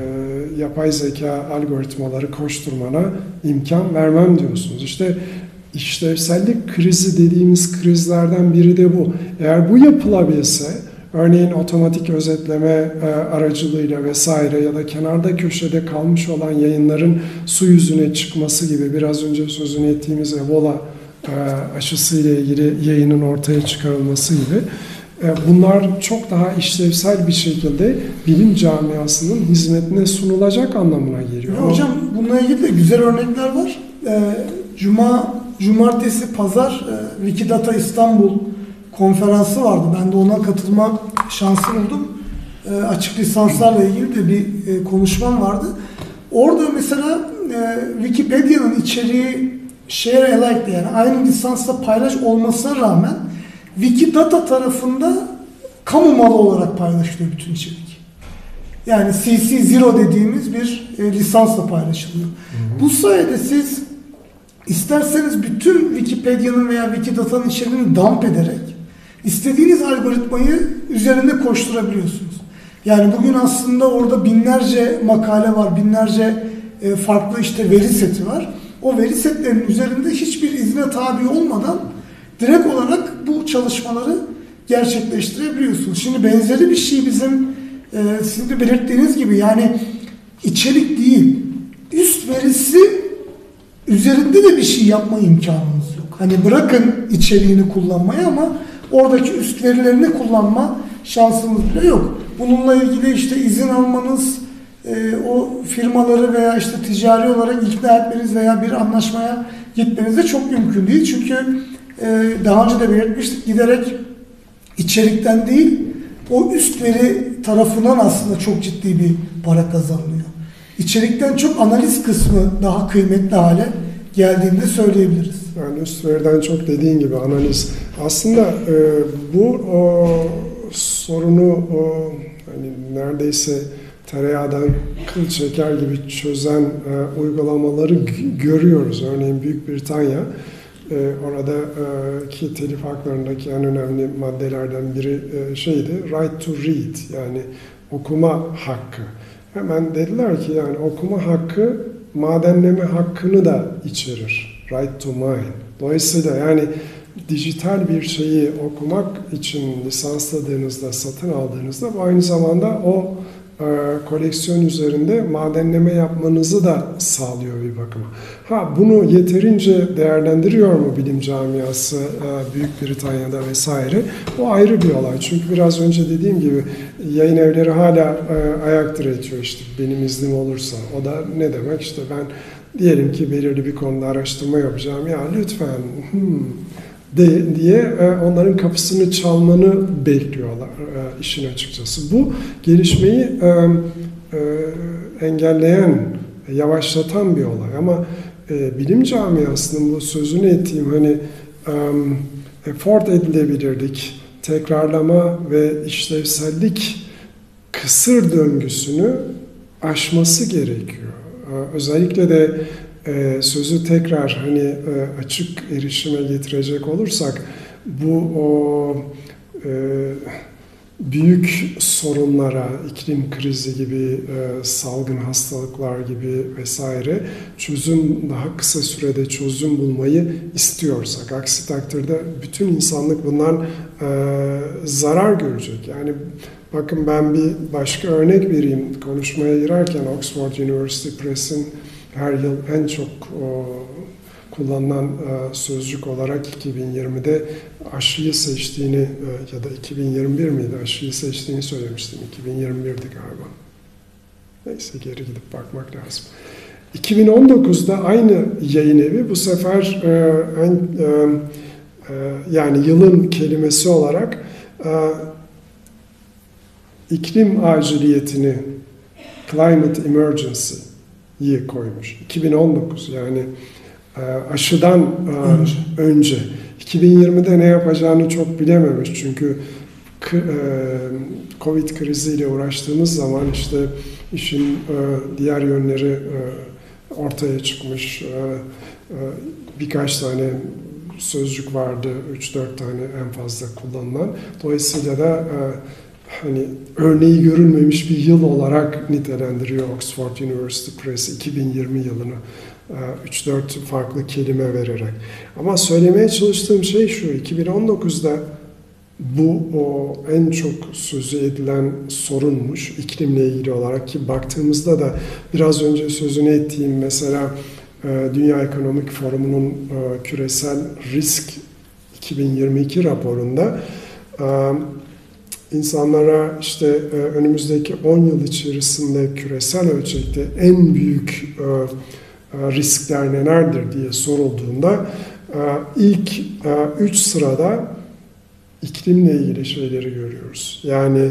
yapay zeka algoritmaları koşturmana imkan vermem diyorsunuz. İşte İşlevsellik krizi dediğimiz krizlerden biri de bu. Eğer bu yapılabilse, örneğin otomatik özetleme e, aracılığıyla vesaire ya da kenarda köşede kalmış olan yayınların su yüzüne çıkması gibi biraz önce sözünü ettiğimiz Ebola e, aşısıyla ilgili yayının ortaya çıkarılması gibi e, bunlar çok daha işlevsel bir şekilde bilim camiasının hizmetine sunulacak anlamına geliyor. Ya hocam bununla ilgili de güzel örnekler var. E, Cuma Cumartesi, Pazar e, Wikidata İstanbul konferansı vardı. Ben de ona katılma şansı buldum. E, açık lisanslarla ilgili de bir e, konuşmam vardı. Orada mesela e, Wikipedia'nın içeriği share alike yani aynı lisansla paylaş olmasına rağmen Wikidata tarafında kamu malı olarak paylaşılıyor bütün içerik. Yani C C zero dediğimiz bir e, lisansla paylaşılıyor. Hı hı. Bu sayede siz İsterseniz bütün Wikipedia'nın veya Wikidata'nın içeriğini dump ederek istediğiniz algoritmayı üzerinde koşturabiliyorsunuz. Yani bugün aslında orada binlerce makale var, binlerce e, farklı işte veri seti var. O veri setlerinin üzerinde hiçbir izne tabi olmadan direkt olarak bu çalışmaları gerçekleştirebiliyorsunuz. Şimdi benzeri bir şey bizim e, sizin de belirttiğiniz gibi yani içerik değil, üst verisi üzerinde de bir şey yapma imkanınız yok. Hani bırakın içeriğini kullanmayı ama oradaki üst verilerini kullanma şansınız bile yok. Bununla ilgili işte izin almanız, e, o firmaları veya işte ticari olarak ikna etmeniz veya bir anlaşmaya gitmeniz de çok mümkün değil. Çünkü e, daha önce de belirtmiştik giderek içerikten değil o üst veri tarafından aslında çok ciddi bir para kazanılıyor. İçerikten çok analiz kısmı daha kıymetli hale geldiğini de söyleyebiliriz. Yani üst veriden çok dediğin gibi analiz. Aslında e, bu o, sorunu o, hani neredeyse tereyağdan kıl çeker gibi çözen e, uygulamaları görüyoruz. Örneğin Büyük Britanya, e, oradaki telif haklarındaki en önemli maddelerden biri e, şeydi, right to read, yani okuma hakkı. Hemen dediler ki yani okuma hakkı madenleme hakkını da içerir. Right to mine. Dolayısıyla yani dijital bir şeyi okumak için lisansladığınızda, satın aldığınızda bu aynı zamanda o e, koleksiyon üzerinde madenleme yapmanızı da sağlıyor bir bakıma. Ha, bunu yeterince değerlendiriyor mu bilim camiası e, Büyük Britanya'da vesaire? O ayrı bir olay. Çünkü biraz önce dediğim gibi yayın evleri hala e, ayak diretiyor işte benim iznim olursa. O da ne demek? İşte ben diyelim ki belirli bir konuda araştırma yapacağım. Ya lütfen hmm, de, diye e, onların kapısını çalmanı bekliyorlar e, işin açıkçası. Bu gelişmeyi e, e, engelleyen, yavaşlatan bir olay. Ama e, bilim camiasının bu sözünü ettiğim hani um, afford edilebilirlik, tekrarlama ve işlevsellik kısır döngüsünü aşması gerekiyor. Özellikle de e, sözü tekrar hani e, açık erişime getirecek olursak bu o e, büyük sorunlara, iklim krizi gibi, e, salgın hastalıklar gibi vesaire çözüm, daha kısa sürede çözüm bulmayı istiyorsak, aksi takdirde bütün insanlık bundan e, zarar görecek. Yani bakın ben bir başka örnek vereyim. Konuşmaya girerken Oxford University Press'in her yıl en çok o, kullanılan e, sözcük olarak iki bin yirmide aşıyı seçtiğini e, ya da iki bin yirmi bir miydi aşıyı seçtiğini söylemiştim. iki bin yirmi birdi galiba. Neyse geri gidip bakmak lazım. iki bin on dokuzda aynı yayın evi bu sefer e, en, e, e, yani yılın kelimesi olarak e, iklim aciliyetini, climate emergency'yi koymuş. iki bin on dokuz yani aşıdan önce. önce. iki bin yirmide ne yapacağını çok bilememiş çünkü Covid kriziyle uğraştığımız zaman işte işin diğer yönleri ortaya çıkmış. Birkaç tane sözcük vardı, üç dört tane en fazla kullanılan. Dolayısıyla da hani örneği görülmemiş bir yıl olarak nitelendiriyor Oxford University Press iki bin yirmi yılını. üç dört farklı kelime vererek. Ama söylemeye çalıştığım şey şu, iki bin on dokuzda bu o en çok sözü edilen sorunmuş iklimle ilgili olarak ki baktığımızda da biraz önce sözünü ettiğim mesela Dünya Ekonomik Forumu'nun küresel risk iki bin yirmi iki raporunda insanlara işte önümüzdeki on yıl içerisinde küresel ölçekte en büyük riskler nelerdir diye sorulduğunda ilk üç sırada iklimle ilgili şeyleri görüyoruz. Yani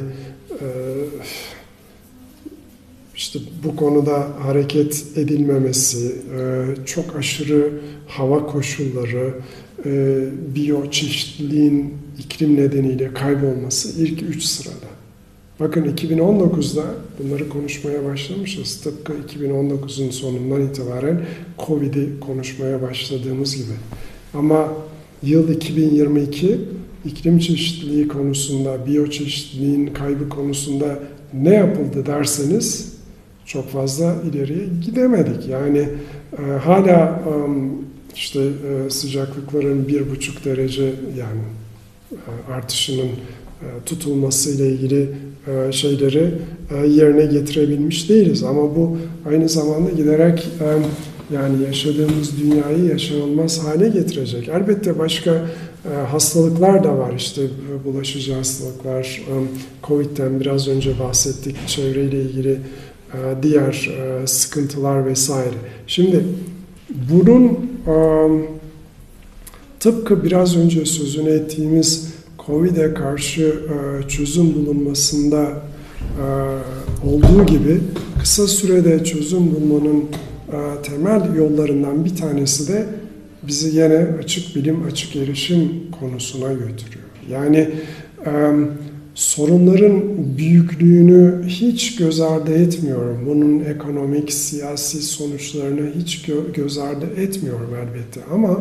işte bu konuda hareket edilmemesi, çok aşırı hava koşulları, biyoçeşitliliğin iklim nedeniyle kaybolması ilk üç sırada. Bakın iki bin on dokuzda bunları konuşmaya başlamışız. Tıpkı iki bin on dokuzun sonundan itibaren Covid'i konuşmaya başladığımız gibi. Ama yıl iki bin yirmi iki iklim çeşitliliği konusunda, biyoçeşitliliğin kaybı konusunda ne yapıldı derseniz çok fazla ileriye gidemedik. Yani e, hala e, işte e, sıcaklıkların bir buçuk derece yani e, artışının e, tutulması ile ilgili e, şeyleri e, yerine getirebilmiş değiliz. Ama bu aynı zamanda giderek e, yani yaşadığımız dünyayı yaşanılmaz hale getirecek. Elbette başka e, hastalıklar da var. İşte e, bulaşıcı hastalıklar, e, Covid'den biraz önce bahsettik, çevreyle ilgili e, diğer e, sıkıntılar vesaire. Şimdi bunun e, tıpkı biraz önce sözünü ettiğimiz Covid'e karşı e, çözüm bulunmasında olduğu gibi kısa sürede çözüm bulmanın temel yollarından bir tanesi de bizi yine açık bilim, açık erişim konusuna götürüyor. Yani sorunların büyüklüğünü hiç göz ardı etmiyorum. Bunun ekonomik, siyasi sonuçlarını hiç göz ardı etmiyorum elbette. Ama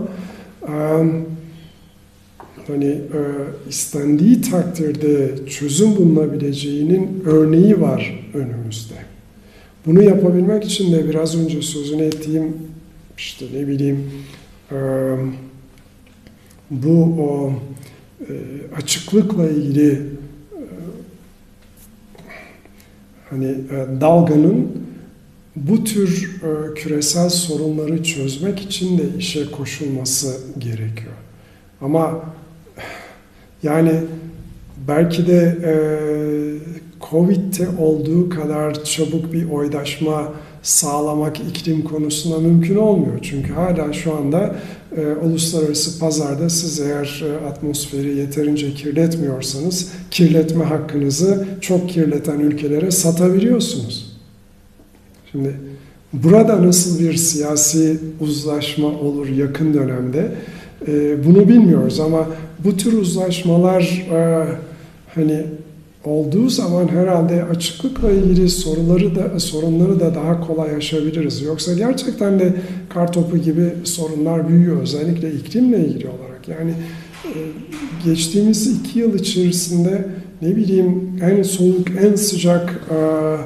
hani istendiği takdirde çözüm bulunabileceğinin örneği var önümüzde. Bunu yapabilmek için de biraz önce sözünü ettiğim işte ne bileyim bu o açıklıkla ilgili hani dalganın bu tür küresel sorunları çözmek için de işe koşulması gerekiyor. Ama yani belki de Covid'de olduğu kadar çabuk bir oydaşma sağlamak iklim konusunda mümkün olmuyor. Çünkü hala şu anda e, uluslararası pazarda siz eğer e, atmosferi yeterince kirletmiyorsanız kirletme hakkınızı çok kirleten ülkelere satabiliyorsunuz. Şimdi burada nasıl bir siyasi uzlaşma olur yakın dönemde e, bunu bilmiyoruz ama bu tür uzlaşmalar e, hani olduğu zaman herhalde açıklıkla ilgili soruları da sorunları da daha kolay aşabiliriz. Yoksa gerçekten de kartopu gibi sorunlar büyüyor. Özellikle iklimle ilgili olarak. Yani e, geçtiğimiz iki yıl içerisinde ne bileyim en soğuk, en sıcak e,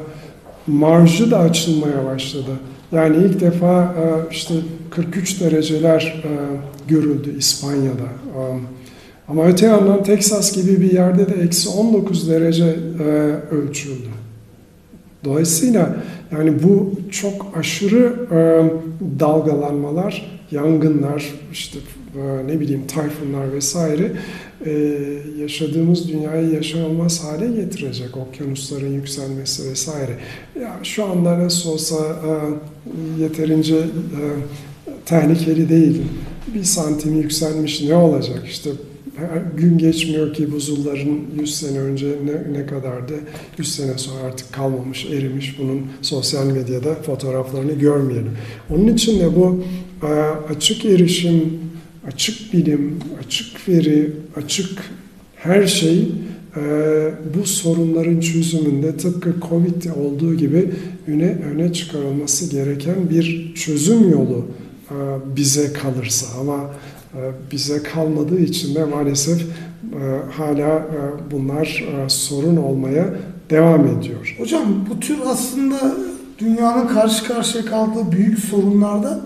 marjı da açılmaya başladı. Yani ilk defa e, işte kırk üç dereceler e, görüldü İspanya'da. E, Ama öte yandan Teksas gibi bir yerde de eksi on dokuz derece e, ölçüldü. Dolayısıyla yani bu çok aşırı e, dalgalanmalar, yangınlar, işte e, ne bileyim tayfunlar vesaire e, yaşadığımız dünyayı yaşanılmaz hale getirecek. Okyanusların yükselmesi vesaire. Ya şu anda nasıl olsa e, yeterince e, tehlikeli değil. Bir santim yükselmiş ne olacak işte. Her gün geçmiyor ki buzulların yüz sene önce ne, ne kadardı, yüz sene sonra artık kalmamış, erimiş. Bunun sosyal medyada fotoğraflarını görmeyelim. Onun için de bu açık erişim, açık bilim, açık veri, açık her şey bu sorunların çözümünde tıpkı Covid'de olduğu gibi öne, öne çıkarılması gereken bir çözüm yolu bize kalırsa. Ama bize kalmadığı için de maalesef hala bunlar sorun olmaya devam ediyor. Hocam bu tür aslında dünyanın karşı karşıya kaldığı büyük sorunlarda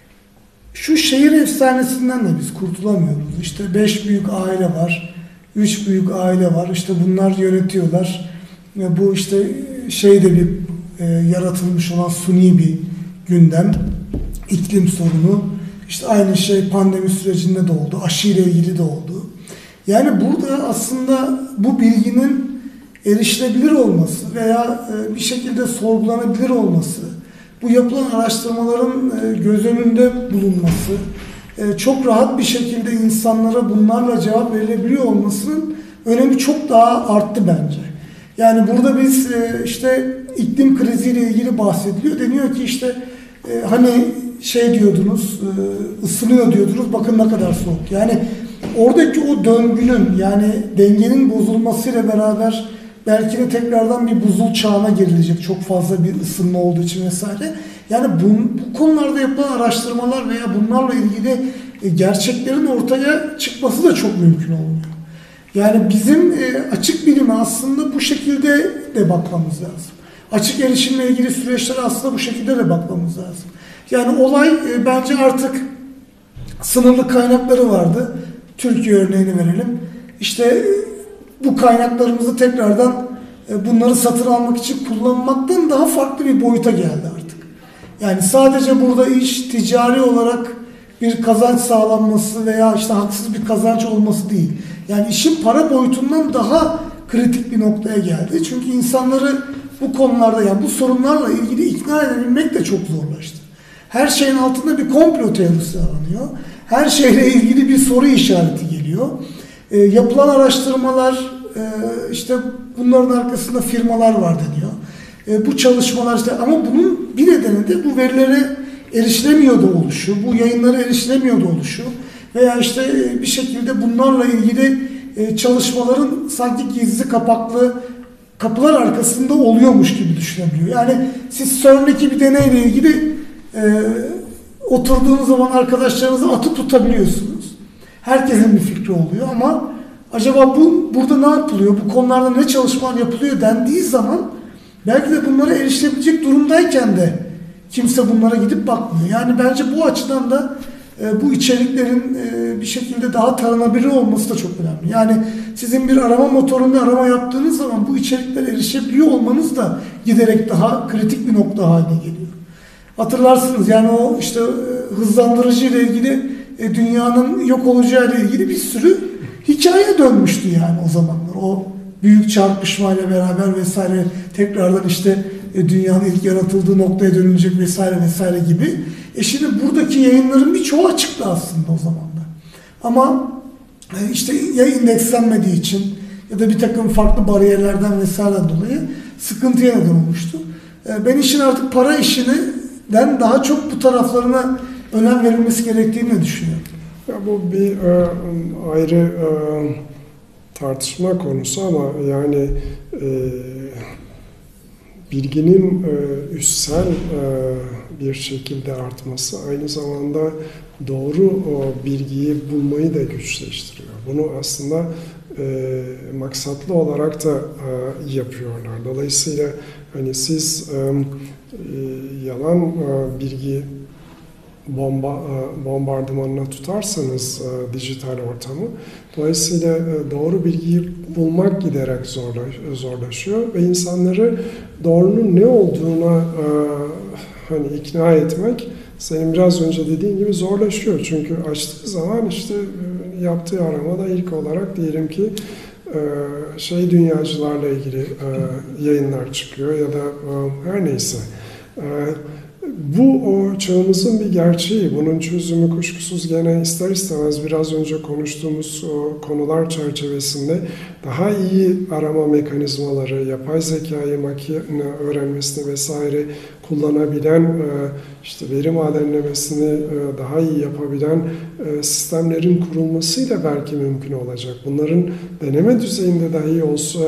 şu şehir efsanesinden de biz kurtulamıyoruz. İşte beş büyük aile var, üç büyük aile var. İşte bunlar yönetiyorlar. Bu işte şeyde bir e, yaratılmış olan suni bir gündem, iklim sorunu. İşte aynı şey pandemi sürecinde de oldu, aşıyla ilgili de oldu. Yani burada aslında bu bilginin erişilebilir olması veya bir şekilde sorgulanabilir olması, bu yapılan araştırmaların göz önünde bulunması, çok rahat bir şekilde insanlara bunlarla cevap verilebiliyor olmasının önemi çok daha arttı bence. Yani burada biz işte iklim kriziyle ilgili bahsediliyor. Deniyor ki işte hani şey diyordunuz, ısınıyor diyordunuz, bakın ne kadar soğuk. Yani oradaki o döngünün, yani dengenin bozulmasıyla beraber belki de tekrardan bir buzul çağına girilecek, çok fazla bir ısınma olduğu için vesaire. Yani bu, bu konularda yapılan araştırmalar veya bunlarla ilgili gerçeklerin ortaya çıkması da çok mümkün olmuyor. Yani bizim açık bilime aslında bu şekilde de bakmamız lazım. Açık erişimle ilgili süreçlere aslında bu şekilde de bakmamız lazım. Yani olay e, bence artık sınırlı kaynakları vardı. Türkiye örneğini verelim. İşte e, bu kaynaklarımızı tekrardan e, bunları satın almak için kullanmaktan daha farklı bir boyuta geldi artık. Yani sadece burada iş ticari olarak bir kazanç sağlanması veya işte haksız bir kazanç olması değil. Yani işin para boyutundan daha kritik bir noktaya geldi. Çünkü insanları bu konularda, yani bu sorunlarla ilgili ikna edebilmek de çok zorlaştı. Her şeyin altında bir komplo teorisi aranıyor. Her şeyle ilgili bir soru işareti geliyor. E, yapılan araştırmalar e, işte bunların arkasında firmalar var deniyor. E, bu çalışmalar işte, ama bunun bir nedeni de bu verilere erişilemiyordu oluşu, bu yayınlara erişilemiyordu oluşu veya işte e, bir şekilde bunlarla ilgili e, çalışmaların sanki gizli kapaklı kapılar arkasında oluyormuş gibi düşünebiliyor. Yani siz CERN'deki bir deneyle ilgili e, oturduğunuz zaman arkadaşlarınızı atı tutabiliyorsunuz. Herkesin bir fikri oluyor ama acaba bu burada ne yapılıyor, bu konularda ne çalışmalar yapılıyor dendiği zaman belki de bunlara erişilebilecek durumdayken de kimse bunlara gidip bakmıyor. Yani bence bu açıdan da e, bu içeriklerin e, bir şekilde daha taranabilir olması da çok önemli. Yani sizin bir arama motorunda arama yaptığınız zaman bu içeriklere erişebiliyor olmanız da giderek daha kritik bir nokta haline geliyor. Hatırlarsınız yani o işte e, hızlandırıcı ile ilgili e, dünyanın yok olacağı ile ilgili bir sürü hikaye dönmüştü yani o zamanlar. O büyük çarpışmayla beraber vesaire tekrardan işte e, dünyanın ilk yaratıldığı noktaya dönülecek vesaire vesaire gibi. E şimdi buradaki yayınların birçoğu açıktı aslında o zaman da. Ama e, işte ya indekslenmediği için ya da bir takım farklı bariyerlerden vesaire dolayı sıkıntıya neden olmuştu. E, ben işin artık para işinden daha çok bu taraflarına önem verilmesi gerektiğini düşünüyorum. Ya bu bir e, ayrı e, tartışma konusu ama yani e, bilginin e, üstsel e, bir şekilde artması aynı zamanda doğru o bilgiyi bulmayı da güçleştiriyor. Bunu aslında e, maksatlı olarak da e, yapıyorlar. Dolayısıyla hani siz e, e, yalan e, bilgi bomba bombardımanına tutarsanız e, dijital ortamı, dolayısıyla e, doğru bilgiyi bulmak giderek zorlaş, zorlaşıyor ve insanları doğrunun ne olduğuna e, hani ikna etmek senin biraz önce dediğin gibi zorlaşıyor. Çünkü açtığı zaman işte e, yaptığı aramada ilk olarak diyelim ki e, şey dünyacılarla ilgili e, yayınlar çıkıyor ya da e, her neyse. E, Bu o çağımızın bir gerçeği. Bunun çözümü kuşkusuz gene ister istemez biraz önce konuştuğumuz o konular çerçevesinde daha iyi arama mekanizmaları, yapay zekayı makine öğrenmesini vesaire kullanabilen, işte veri madenlemesini daha iyi yapabilen sistemlerin kurulmasıyla belki mümkün olacak. Bunların deneme düzeyinde dahi olsa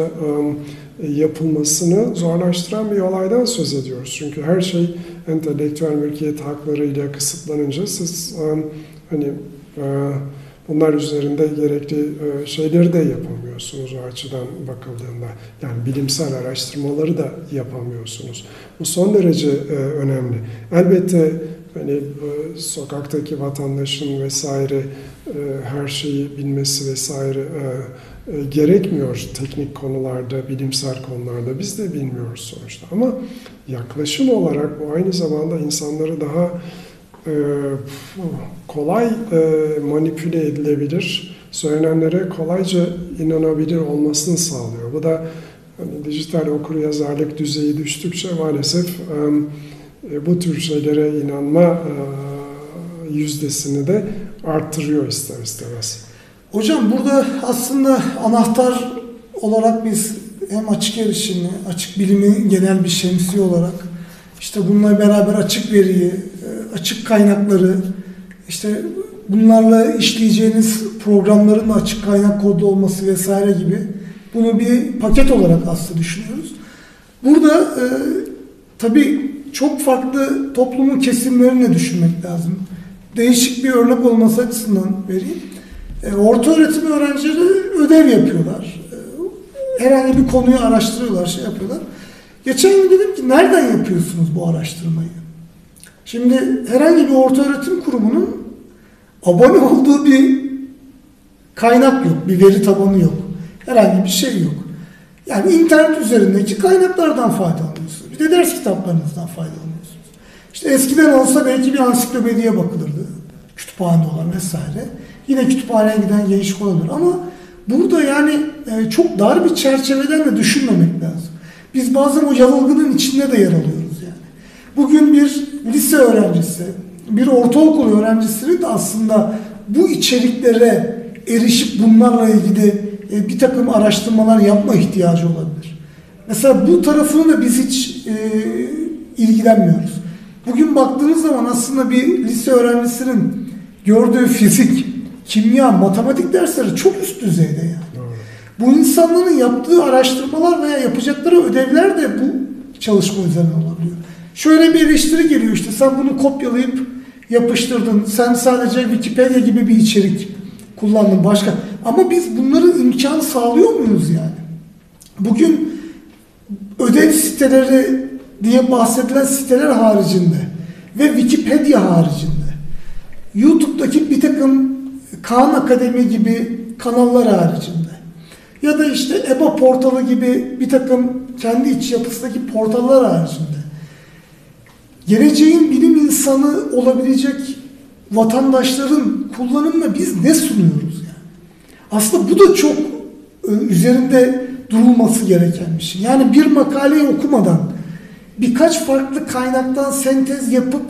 yapılmasını zorlaştıran bir olaydan söz ediyoruz. Çünkü her şey entelektüel mülkiyet haklarıyla kısıtlanınca siz hani bunlar üzerinde gerekli şeyleri de yapamıyorsunuz o açıdan bakıldığında. Yani bilimsel araştırmaları da yapamıyorsunuz. Bu son derece önemli. Elbette hani sokaktaki vatandaşın vesaire her şeyi bilmesi vesaire gerekmiyor teknik konularda, bilimsel konularda. Biz de bilmiyoruz sonuçta. Ama yaklaşım olarak bu aynı zamanda insanları daha e, kolay e, manipüle edilebilir, söylenenlere kolayca inanabilir olmasını sağlıyor. Bu da hani, dijital okuryazarlık düzeyi düştükçe maalesef e, bu tür şeylere inanma e, yüzdesini de arttırıyor ister istemez. Hocam burada aslında anahtar olarak biz hem açık erişimi, açık bilimi genel bir şemsiye olarak işte bununla beraber açık veriyi, açık kaynakları, işte bunlarla işleyeceğiniz programların açık kaynak kodlu olması vesaire gibi bunu bir paket olarak aslında düşünüyoruz. Burada e, tabii çok farklı toplumun kesimlerini düşünmek lazım. Değişik bir örnek olması açısından vereyim. E, orta öğretim öğrencileri ödev yapıyorlar. E, herhangi bir konuyu araştırıyorlar, şey yapıyorlar. Geçen gün dedim ki nereden yapıyorsunuz bu araştırmayı? Şimdi herhangi bir orta öğretim kurumunun abone olduğu bir kaynak yok, bir veri tabanı yok. Herhangi bir şey yok. Yani internet üzerindeki kaynaklardan faydalanıyorsunuz. Bir de ders kitaplarınızdan faydalanıyorsunuz. İşte eskiden olsa belki bir ansiklopediye bakılırdı. Kütüphane olan vesaire. Yine kütüphaneye giden gençlik olabilir ama burada yani e, çok dar bir çerçeveden de düşünmemek lazım. Biz bazen o yanılgının içinde de yer alıyoruz yani. Bugün bir lise öğrencisi, bir ortaokul öğrencisinin de aslında bu içeriklere erişip bunlarla ilgili e, bir takım araştırmalar yapma ihtiyacı olabilir. Mesela bu tarafını da biz hiç e, ilgilenmiyoruz. Bugün baktığınız zaman aslında bir lise öğrencisinin gördüğü fizik, kimya, matematik dersleri çok üst düzeyde yani. Doğru. Bu insanların yaptığı araştırmalar veya yapacakları ödevler de bu çalışma üzerine olabiliyor. Şöyle bir eleştiri geliyor, işte sen bunu kopyalayıp yapıştırdın, sen sadece Wikipedia gibi bir içerik kullandın başka. Ama biz bunların imkanı sağlıyor muyuz yani? Bugün ödev siteleri diye bahsedilen siteler haricinde ve Wikipedia haricinde YouTube'daki bir takım Khan Akademi gibi kanallar haricinde ya da işte E B A portalı gibi bir takım kendi iç yapısındaki portallar haricinde geleceğin bilim insanı olabilecek vatandaşların kullanımına biz ne sunuyoruz yani? Aslında bu da çok üzerinde durulması gereken bir şey. Yani bir makaleyi okumadan birkaç farklı kaynaktan sentez yapıp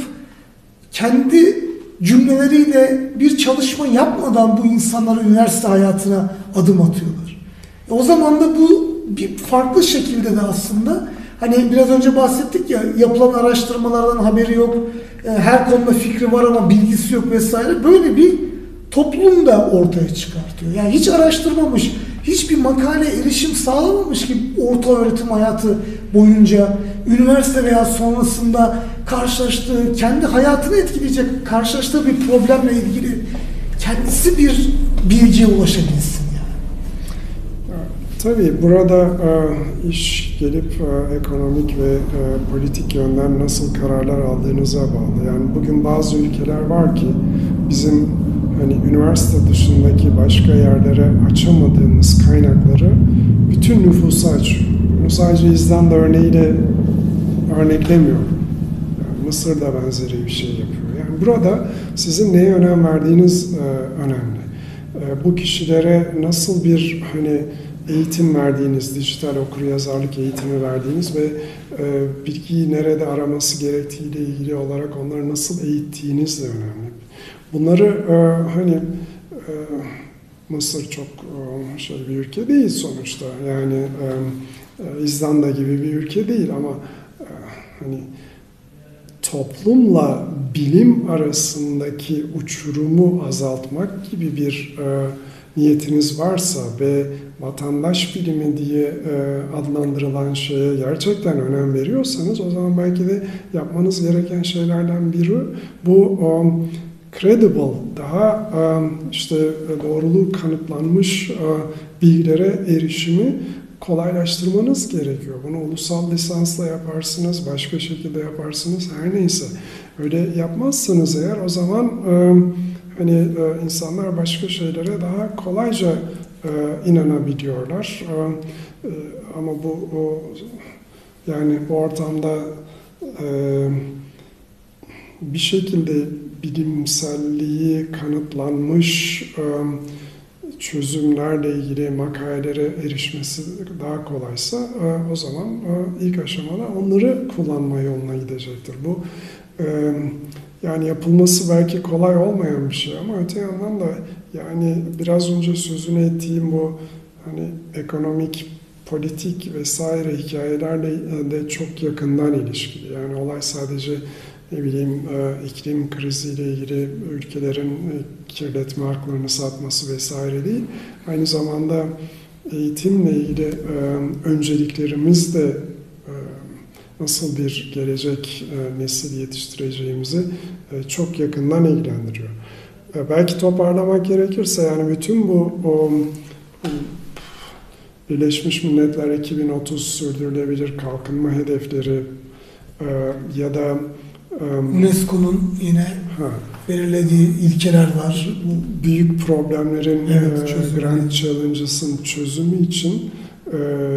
kendi cümleleriyle bir çalışma yapmadan bu insanlar üniversite hayatına adım atıyorlar. E o zaman da bu bir farklı şekilde de aslında hani biraz önce bahsettik ya, yapılan araştırmalardan haberi yok, her konuda fikri var ama bilgisi yok vesaire, böyle bir toplum da ortaya çıkartıyor. Yani hiç araştırmamış, hiçbir makale erişim sağlamamış ki orta öğretim hayatı boyunca üniversite veya sonrasında karşılaştığı, kendi hayatını etkileyecek karşılaştığı bir problemle ilgili kendisi bir bilgiye ulaşabilsin yani. Tabii burada e, iş gelip e, ekonomik ve e, politik yönden nasıl kararlar aldığınıza bağlı. Yani bugün bazı ülkeler var ki bizim hani üniversite dışındaki başka yerlere açamadığımız kaynakları bütün nüfusa açıyor. Bunu sadece İzlanda örneğiyle örneklemiyorum. Yani Mısır da benzeri bir şey yapıyor. Yani burada sizin neye önem verdiğiniz e, önemli. E, bu kişilere nasıl bir hani eğitim verdiğiniz, dijital okuryazarlık eğitimi verdiğiniz ve e, bilgiyi nerede araması gerektiğiyle ilgili olarak onları nasıl eğittiğiniz de önemli. Bunları e, hani e, Mısır çok e, şey bir ülke değil sonuçta. Yani e, e, İzlanda gibi bir ülke değil ama e, hani toplumla bilim arasındaki uçurumu azaltmak gibi bir e, niyetiniz varsa ve vatandaş bilimi diye e, adlandırılan şeye gerçekten önem veriyorsanız o zaman belki de yapmanız gereken şeylerden biri bu um, credible, daha um, işte doğruluğu kanıtlanmış uh, bilgilere erişimi kolaylaştırmanız gerekiyor. Bunu ulusal lisansla yaparsınız, başka şekilde yaparsınız, her neyse. Öyle yapmazsanız eğer o zaman um, hani e, insanlar başka şeylere daha kolayca e, inanabiliyorlar. E, e, ama bu o, yani bu ortamda e, bir şekilde bilimselliği kanıtlanmış e, çözümlerle ilgili makalelere erişmesi daha kolaysa e, o zaman e, ilk aşamada onları kullanma yoluna gidecektir. Bu e, yani yapılması belki kolay olmayan bir şey ama öte yandan da yani biraz önce sözünü ettiğim bu hani ekonomik, politik vesaire hikayelerle de çok yakından ilişkili. Yani olay sadece ne bileyim iklim kriziyle ilgili ülkelerin kirletme haklarını satması vesaire değil. Aynı zamanda eğitimle ilgili önceliklerimiz de nasıl bir gelecek nesil yetiştireceğimizi çok yakından ilgilendiriyor. Belki toparlamak gerekirse yani bütün bu o, Birleşmiş Milletler iki bin otuz sürdürülebilir kalkınma hedefleri ya da UNESCO'nun yine ha. belirlediği ilkeler var. Bu büyük problemlerin evet, e, Grand Challenges'ın çözümü için e,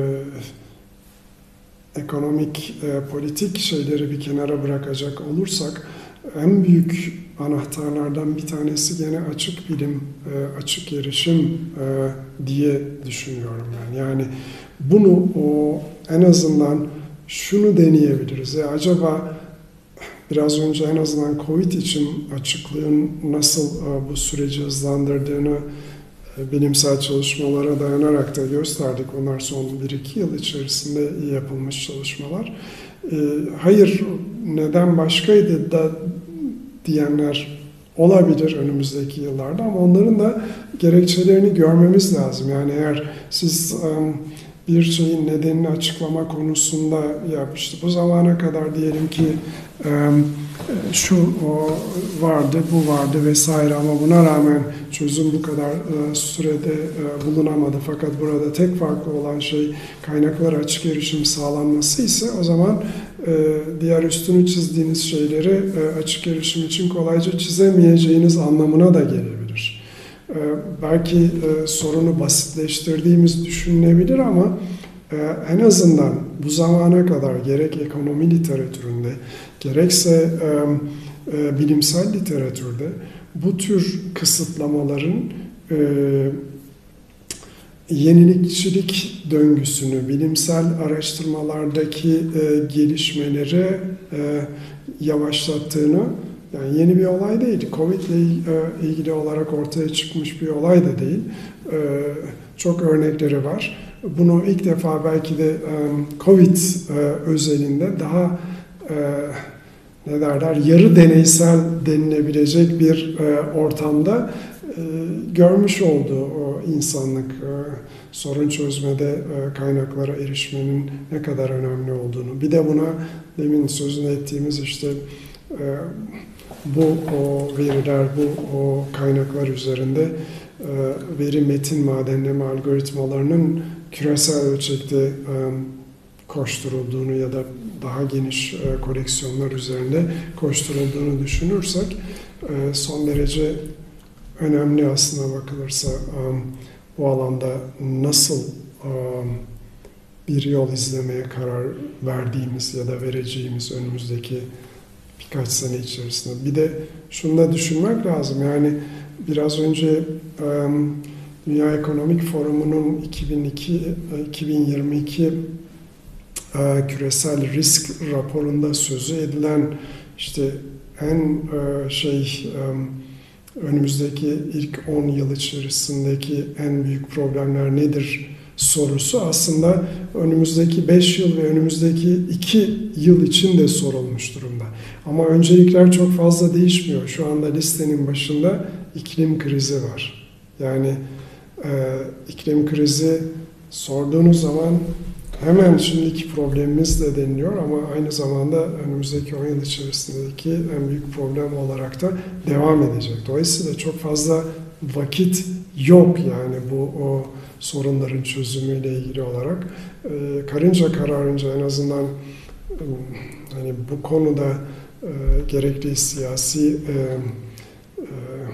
ekonomik, e, politik şeyleri bir kenara bırakacak olursak en büyük anahtarlardan bir tanesi gene açık bilim, e, açık erişim e, diye düşünüyorum ben. Yani bunu o en azından şunu deneyebiliriz. E, acaba biraz önce en azından Covid için açıklığın nasıl e, bu süreci hızlandırdığını e, bilimsel çalışmalara dayanarak da gösterdik. Onlar son bir iki yıl içerisinde yapılmış çalışmalar. Hayır, neden başkaydı da diyenler olabilir önümüzdeki yıllarda, ama onların da gerekçelerini görmemiz lazım. Yani eğer siz bir şeyin nedenini açıklama konusunda ya işte bu zamana kadar diyelim ki şu vardı, bu vardı vesaire, ama buna rağmen çözüm bu kadar sürede bulunamadı. Fakat burada tek farklı olan şey kaynaklara açık erişim sağlanması ise, o zaman diğer üstünü çizdiğiniz şeyleri açık erişim için kolayca çizemeyeceğiniz anlamına da gelebilir. Belki sorunu basitleştirdiğimiz düşünülebilir, ama en azından bu zamana kadar gerek ekonomi literatüründe gerekse bilimsel literatürde bu tür kısıtlamaların yenilikçilik döngüsünü, bilimsel araştırmalardaki gelişmeleri yavaşlattığını, yani yeni bir olay değil, Covid ile ilgili olarak ortaya çıkmış bir olay da değil, çok örnekleri var. Bunu ilk defa belki de Covid özelinde daha ne derler, yarı deneysel denilebilecek bir ortamda görmüş oldu o insanlık, sorun çözmede kaynaklara erişmenin ne kadar önemli olduğunu. Bir de buna demin sözünü ettiğimiz işte bu o veriler, bu o kaynaklar üzerinde veri metin madenleme algoritmalarının küresel ölçekte koşturulduğunu ya da daha geniş koleksiyonlar üzerinde koşturulduğunu düşünürsek son derece önemli aslına bakılırsa bu alanda nasıl bir yol izlemeye karar verdiğimiz ya da vereceğimiz önümüzdeki birkaç sene içerisinde. Bir de şunu da düşünmek lazım, yani biraz önce Dünya Ekonomik Forumu'nun iki bin iki iki bin yirmi iki küresel risk raporunda sözü edilen işte en şey önümüzdeki ilk on yıl içerisindeki en büyük problemler nedir sorusu aslında önümüzdeki beş yıl ve önümüzdeki iki yıl için de sorulmuş durumda. Ama öncelikler çok fazla değişmiyor. Şu anda listenin başında iklim krizi var. Yani e, iklim krizi sorduğunuz zaman hemen şimdiki problemimiz de deniliyor, ama aynı zamanda önümüzdeki on yıl içerisindeki en büyük problem olarak da devam edecek. Dolayısıyla çok fazla vakit yok yani bu o sorunların çözümüyle ilgili olarak. E, karınca kararınca en azından e, hani bu konuda e, gerekli siyasi e, e,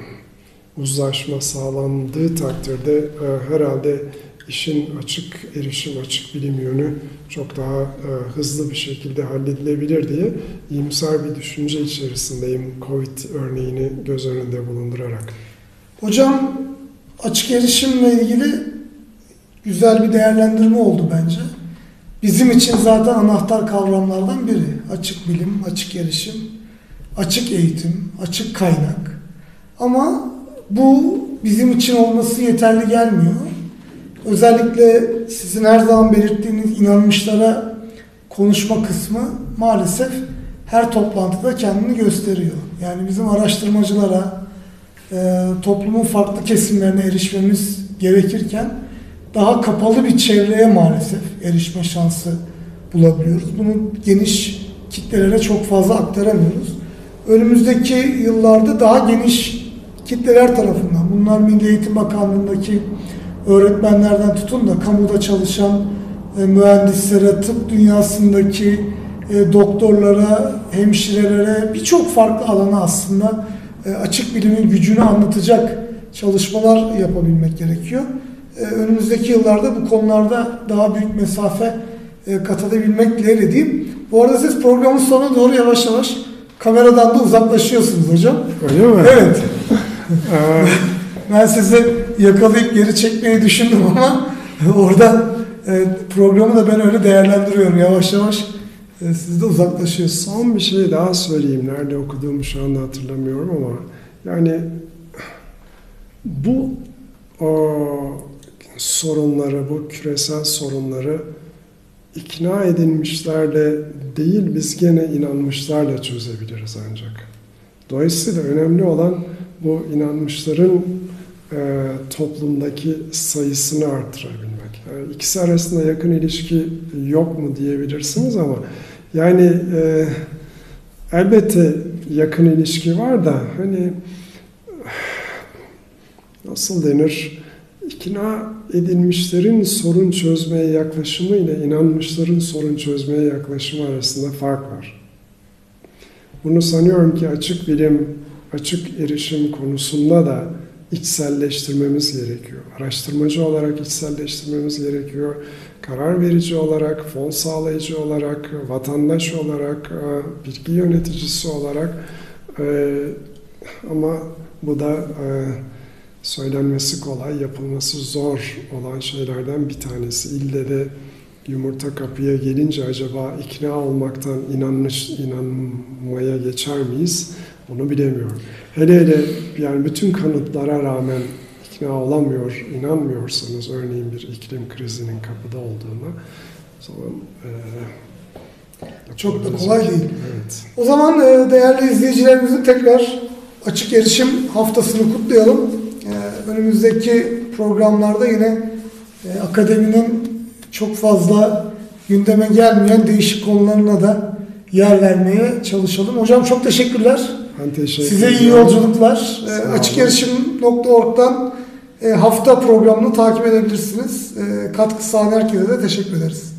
uzlaşma sağlandığı takdirde e, herhalde işin açık erişim, açık bilim yönü çok daha e, hızlı bir şekilde halledilebilir diye iyimser bir düşünce içerisindeyim Covid örneğini göz önünde bulundurarak. Hocam, açık erişimle ilgili güzel bir değerlendirme oldu bence. Bizim için zaten anahtar kavramlardan biri. Açık bilim, açık erişim, açık eğitim, açık kaynak. Ama bu bizim için olması yeterli gelmiyor. Özellikle sizin her zaman belirttiğiniz inanmışlara konuşma kısmı maalesef her toplantıda kendini gösteriyor. Yani bizim araştırmacılara, e, toplumun farklı kesimlerine erişmemiz gerekirken daha kapalı bir çevreye maalesef erişme şansı bulabiliyoruz. Bunu geniş kitlelere çok fazla aktaramıyoruz. Önümüzdeki yıllarda daha geniş kitleler tarafından, bunlar Milli Eğitim Bakanlığı'ndaki öğretmenlerden tutun da kamuda çalışan e, mühendislere, tıp dünyasındaki e, doktorlara, hemşirelere, birçok farklı alana aslında e, açık bilimin gücünü anlatacak çalışmalar yapabilmek gerekiyor. E, önümüzdeki yıllarda bu konularda daha büyük mesafe e, kat edebilmek dileğiyle diyeyim. Bu arada siz programın sonuna doğru yavaş yavaş kameradan da uzaklaşıyorsunuz hocam. Öyle mi? Evet. Ben sizi yakalayıp geri çekmeyi düşündüm ama oradan e, programı da ben öyle değerlendiriyorum. Yavaş yavaş e, siz de uzaklaşıyorsunuz. Son bir şey daha söyleyeyim. Nerede okuduğumu şu anda hatırlamıyorum ama yani bu o sorunları, bu küresel sorunları ikna edilmişlerle değil, biz gene inanmışlarla çözebiliriz ancak. Dolayısıyla önemli olan bu inanmışların e, toplumdaki sayısını arttırabilmek. Yani ikisi arasında yakın ilişki yok mu diyebilirsiniz ama yani e, elbette yakın ilişki var da hani nasıl denir? İkna edilmişlerin sorun çözmeye yaklaşımı ile inanmışların sorun çözmeye yaklaşımı arasında fark var. Bunu sanıyorum ki açık bilim, açık erişim konusunda da içselleştirmemiz gerekiyor. Araştırmacı olarak içselleştirmemiz gerekiyor. Karar verici olarak, fon sağlayıcı olarak, vatandaş olarak, bilgi yöneticisi olarak ama bu da söylenmesi kolay, yapılması zor olan şeylerden bir tanesi. İlle de yumurta kapıya gelince acaba ikna olmaktan inanmış, inanmaya geçer miyiz? Onu bilemiyorum. Hele hele yani bütün kanıtlara rağmen ikna olamıyor, inanmıyorsanız örneğin bir iklim krizinin kapıda olduğuna o zaman e, çok da kolay değil. Evet. O zaman e, değerli izleyicilerimizin tekrar açık erişim haftasını kutlayalım. E, önümüzdeki programlarda yine e, akademinin çok fazla gündeme gelmeyen değişik konularına da yer vermeye çalışalım. Hocam çok teşekkürler. Ben teşekkür Size ederim. iyi yolculuklar. E, açık erişim nokta org'dan e, hafta programını takip edebilirsiniz. E, katkı sağlayan herkese de teşekkür ederiz.